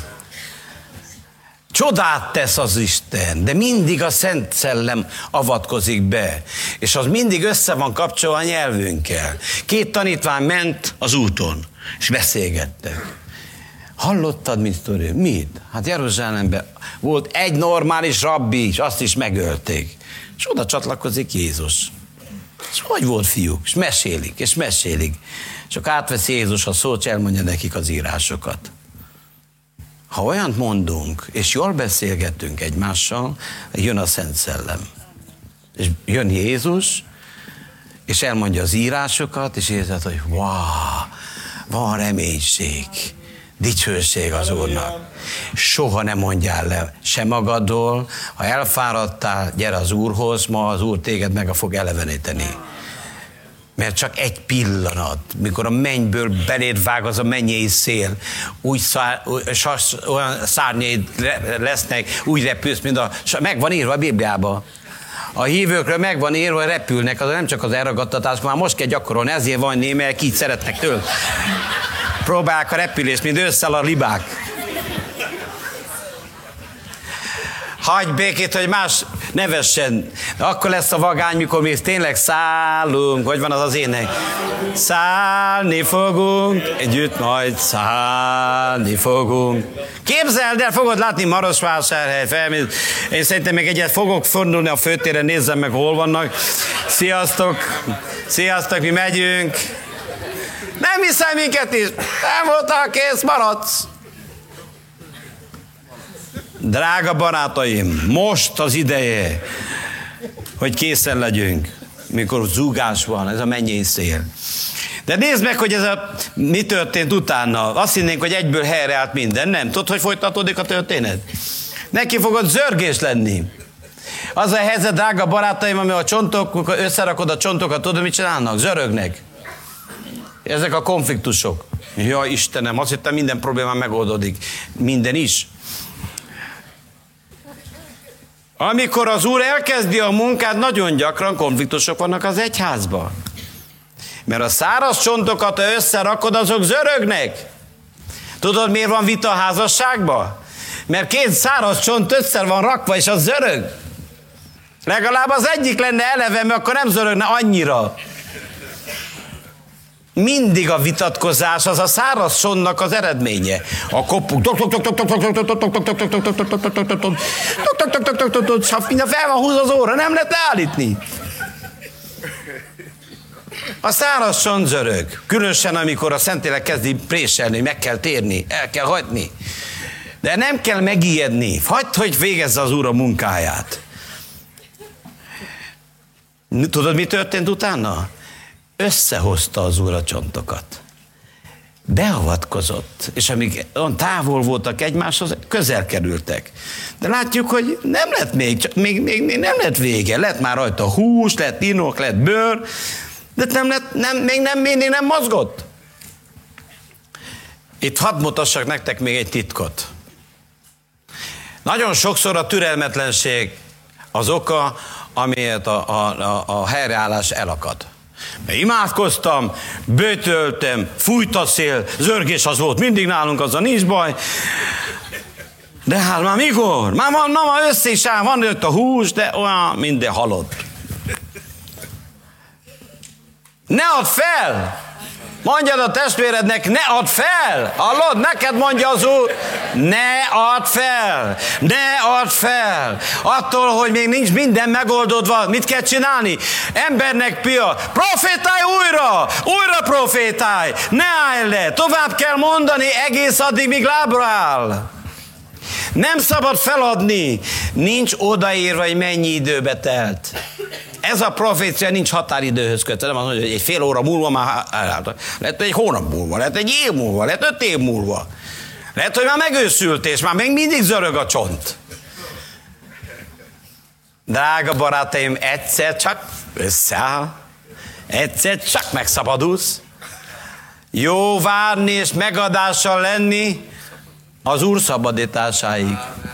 Csodát tesz az Isten, de mindig a Szent Szellem avatkozik be, és az mindig össze van kapcsolva a nyelvünkkel. 2 tanítvány ment az úton, és beszélgettek. Hallottad, mit? Hát Jeruzsálemben volt egy normális rabbi, és azt is megölték. És oda csatlakozik Jézus. És hogy volt, fiúk? És mesélik. Csak átveszi Jézus a szót, és elmondja nekik az írásokat. Ha olyant mondunk, és jól beszélgetünk egymással, jön a Szent Szellem. És jön Jézus, és elmondja az írásokat, és érzed, hogy van reménység. Dicsőség az Úrnak. Soha nem mondjál le se magadról, ha elfáradtál, gyere az Úrhoz, ma az Úr téged meg fog eleveníteni. Mert csak egy pillanat, mikor a mennyből beléd vág az a mennyei szél, olyan szárnyaid lesznek, úgy repülsz, mint meg van írva a Bibliában. A hívőkről meg van írva, hogy repülnek, az nem csak az elragadtatás, már most kell gyakorolni, ezért van némelyek, így szeretnek tőle. Próbálják a repülést, mint ősszel a libák. Hagyj békét, hogy más nevessen. Akkor lesz a vagány, mikor mi tényleg szállunk. Hogy van az az ének? Szállni fogunk, együtt majd szállni fogunk. Képzeld el, fogod látni Marosvásárhely felmész. Én szerintem még egyet fogok fordulni a főtéren, nézzem meg, hol vannak. Sziasztok, mi megyünk. Nem hiszem minket is. Nem voltál kész, maradsz. Drága barátaim, most az ideje, hogy készen legyünk, mikor zúgás van, ez a mennyei szél. De nézd meg, hogy mi történt utána. Azt hinnénk, hogy egyből helyreállt minden. Nem. Tudod, hogy folytatódik a történet? Neki fogod zörgés lenni. Az a helyzet, drága barátaim, ami a csontok, összerakod a csontokat, tudod, mit csinálnak? Zörögnek. Ezek a konfliktusok. Ja, Istenem, azt hittem, minden problémám megoldódik. Minden is. Amikor az Úr elkezdi a munkát, nagyon gyakran konfliktusok vannak az egyházban. Mert a száraz csontokat, ha összerakod, azok zörögnek. Tudod, miért van vita a házasságban? Mert két száraz csont össze van rakva, és az zörög. Legalább az egyik lenne eleve, mert akkor nem zörögne annyira. Mindig a vitatkozás az a száraz csontnak az eredménye. A kopuk, minden fel van húzva az óra, nem lehet leállítni. A száraz csont zörög. Különösen, amikor a Szentlélek kezdi préselni, meg kell térni, el kell hagyni. De nem kell megijedni. Hagyd, hogy végezze az Úr a munkáját. Tudod, mi történt utána? Összehozta az Úr a csontokat. Beavatkozott. És amíg olyan távol voltak egymáshoz, közel kerültek. De látjuk, hogy nem lett még nem lett vége. Lett már rajta hús, lett inok, lett bőr, de még nem mozgott. Itt hadd mutassak nektek még egy titkot. Nagyon sokszor a türelmetlenség az oka, amiért a helyreállás elakad. Mert imádkoztam, bötöltem, fújt a szél, zörgés az volt mindig nálunk, azzal nincs baj. De hát már mikor? Már össze is áll, van jött a hús, de olyan minden halott. Ne add fel! Mondjad a testvérednek, ne add fel! Hallod? Neked mondja az Úr, ne add fel! Ne add fel! Attól, hogy még nincs minden megoldódva, mit kell csinálni? Embernek pia, profétálj újra profétálj! Ne állj le! Tovább kell mondani egész addig, míg lábra áll. Nem szabad feladni. Nincs odaírva, hogy mennyi időbe telt. Ez a profécia nincs határidőhöz kötve. Nem az, hogy egy fél óra múlva már elállt. Lehet, egy hónap múlva, lehet egy év múlva, lehet 5 év múlva. Lehet, hogy már megőszült, és már még mindig zörög a csont. Drága barátaim, egyszer csak összeáll. Egyszer csak megszabadulsz. Jó várni és megadással lenni az Úr szabadításáig.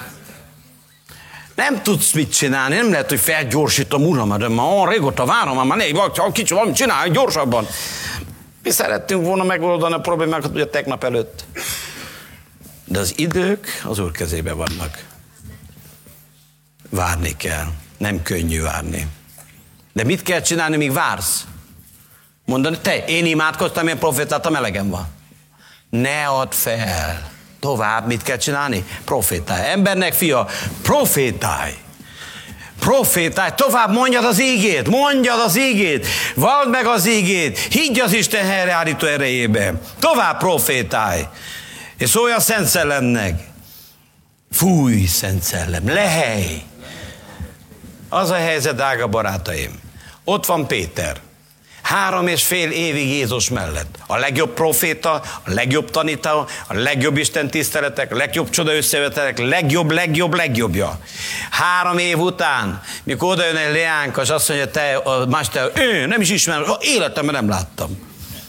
Nem tudsz mit csinálni, nem lehet, hogy felgyorsítom, Uram, de már régóta várom, már kicsi valamit csinálj gyorsabban. Mi szerettünk volna megoldani a problémákat ugye tegnap előtt. De az idők az Úr kezében vannak. Várni kell. Nem könnyű várni. De mit kell csinálni, míg vársz? Mondani, én imádkoztam, én profétáltam, elegem van. Ne add fel. Tovább mit kell csinálni? Profétálj. Embernek fia, profétálj. Profétálj. Tovább mondjad az ígét. Mondjad az ígét. Vald meg az ígét. Higgy az Isten helyreállító erejébe. Tovább profétálj. És szólj a Szent Szellemnek. Fúj, Szent Szellem. Lehely. Az a helyzet, drága barátaim. Ott van Péter. 3,5 évig Jézus mellett. A legjobb proféta, a legjobb tanító, a legjobb Isten tiszteletek, a legjobb csoda összevetelek, legjobbja. 3 év után, mikor oda jön egy leánka, és azt mondja, te, a máster, nem is ismerem, életemben nem láttam.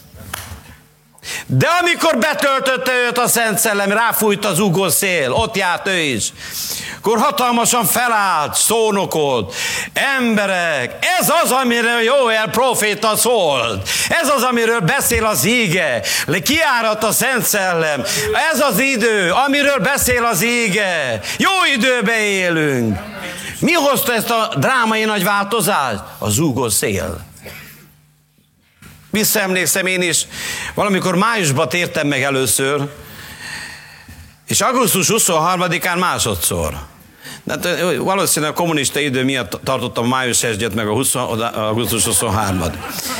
De amikor betöltötte őt a Szent Szellem, ráfújt az ugó szél, ott járt ő is, akkor hatalmasan felállt, szónokolt. Emberek, ez az, amiről Jóel proféta szólt. Ez az, amiről beszél az íge. Kiáradt a Szent Szellem. Ez az idő, amiről beszél az íge. Jó időbe élünk. Mi hozta ezt a drámai nagy változást? A zúgó szél. Visszaemlékszem én is, valamikor májusban tértem meg először, és augusztus 23-án másodszor. Hát, valószínűleg a kommunista idő miatt tartottam a május 1-et, meg a augusztus 23-at.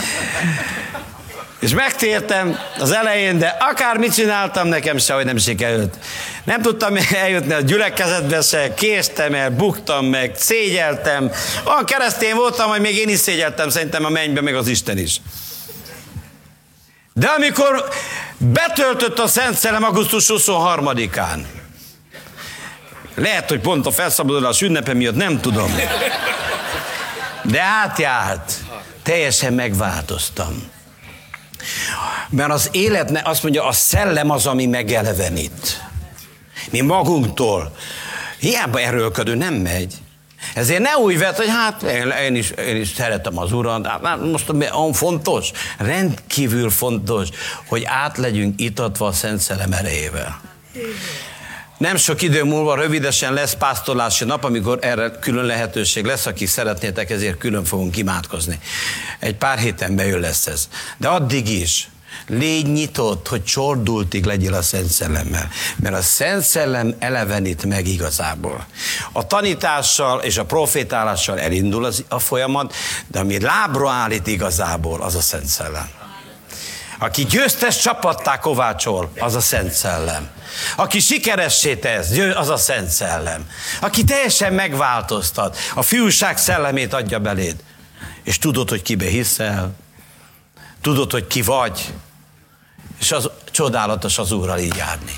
És megtértem az elején, de akármit csináltam, nekem sehogy nem sikerült. Nem tudtam eljutni a gyülekezetbe se, késtem el, buktam meg, szégyeltem. Olyan keresztény voltam, hogy még én is szégyeltem, szerintem a mennybe, meg az Isten is. De amikor betöltött a Szent Szellem augusztus 23-án, lehet, hogy pont a felszabadulás ünnepe miatt, nem tudom, de átjárt, teljesen megváltoztam. Mert az élet, azt mondja, a szellem az, ami megelevenít. Mi magunktól. Hiába erőlködő, nem megy. Ezért ne úgy vett, hogy hát én is szeretem az Urat. Hát most fontos, rendkívül fontos, hogy át legyünk itatva a Szent Szellem erejével. Nem sok idő múlva rövidesen lesz pásztorlási nap, amikor erre külön lehetőség lesz, akik szeretnétek, ezért külön fogunk imádkozni. Egy pár héten belül lesz ez. De addig is légy nyitott, hogy csordultig legyél a Szent Szellemmel. Mert a Szent Szellem elevenít meg igazából. A tanítással és a profétálással elindul a folyamat, de ami lábra állít igazából, az a Szent Szellem. Aki győztes csapattá kovácsol, az a Szent Szellem. Aki sikeressé tesz, az a Szent Szellem. Aki teljesen megváltoztat, a fiúság szellemét adja beléd. És tudod, hogy kibe hiszel, tudod, hogy ki vagy, és az csodálatos az Úrral így járni.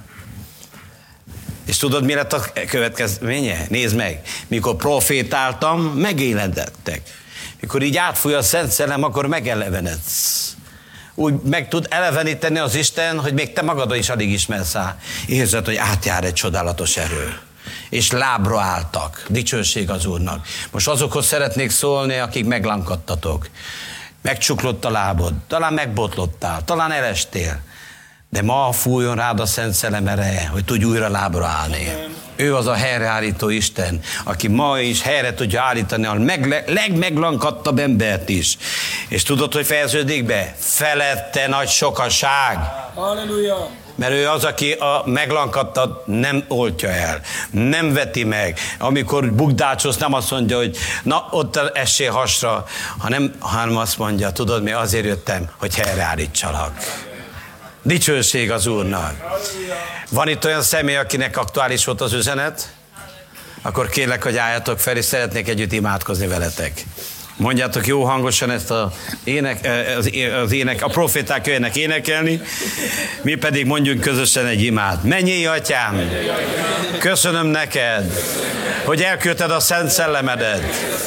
És tudod, mi lett a következménye? Nézd meg, mikor profétáltam, megéledettek. Mikor így átfúj a Szent Szellem, akkor megelevenedsz. Úgy meg tud eleveníteni az Isten, hogy még te magad is alig ismersz rá. Érzed, hogy átjár egy csodálatos erő. És lábra álltak. Dicsőség az Úrnak. Most azokhoz szeretnék szólni, akik meglankadtatok. Megcsuklott a lábod, talán megbotlottál, talán elestél. De ma fújjon rád a Szent Szellem ereje, hogy tudj újra lábra állni. Ő az a helyreállító Isten, aki ma is helyre tudja állítani a legmeglankadtabb embert is. És tudod, hogy fejeződik be? Felette nagy sokaság. Halleluja! Mert ő az, aki a meglankadtat nem oltja el, nem veti meg. Amikor bukdácsolsz, nem azt mondja, hogy na, ott essél hasra, hanem azt mondja, tudod mi, azért jöttem, hogy helyreállítsalak. Dicsőség az Úrnak. Van itt olyan személy, akinek aktuális volt az üzenet? Akkor kérlek, hogy álljatok fel, és szeretnék együtt imádkozni veletek. Mondjátok jó hangosan ezt az ének, a proféták jöjjenek énekelni, mi pedig mondjunk közösen egy imát. Menjél, Atyám! Köszönöm neked, hogy elküldted a Szent Szellemedet,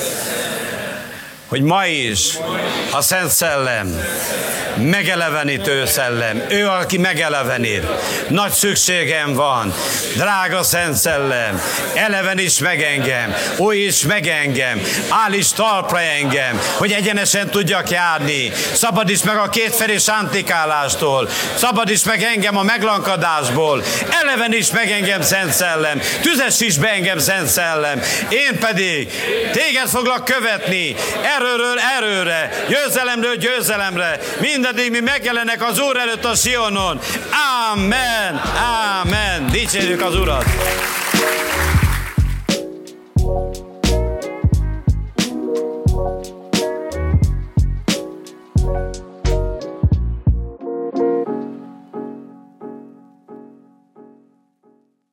hogy ma is a Szent Szellem megelevenítő szellem. Ő, aki megelevenít. Nagy szükségem van. Drága Szent Szellem, eleveníts meg engem, újíts meg engem, állíts talpra engem, hogy egyenesen tudjak járni. Szabadíts meg a kétfelé sántikálástól. Szabadíts meg engem a meglankadásból. Eleveníts meg engem, Szent Szellem. Tüzesíts be engem, Szent Szellem. Én pedig téged foglak követni. Erőről erőre, győzelemről győzelemre. Mindaddig mi megjelenek az Úr előtt a Sionon. Amen, amen. Dicsérjük az Urat.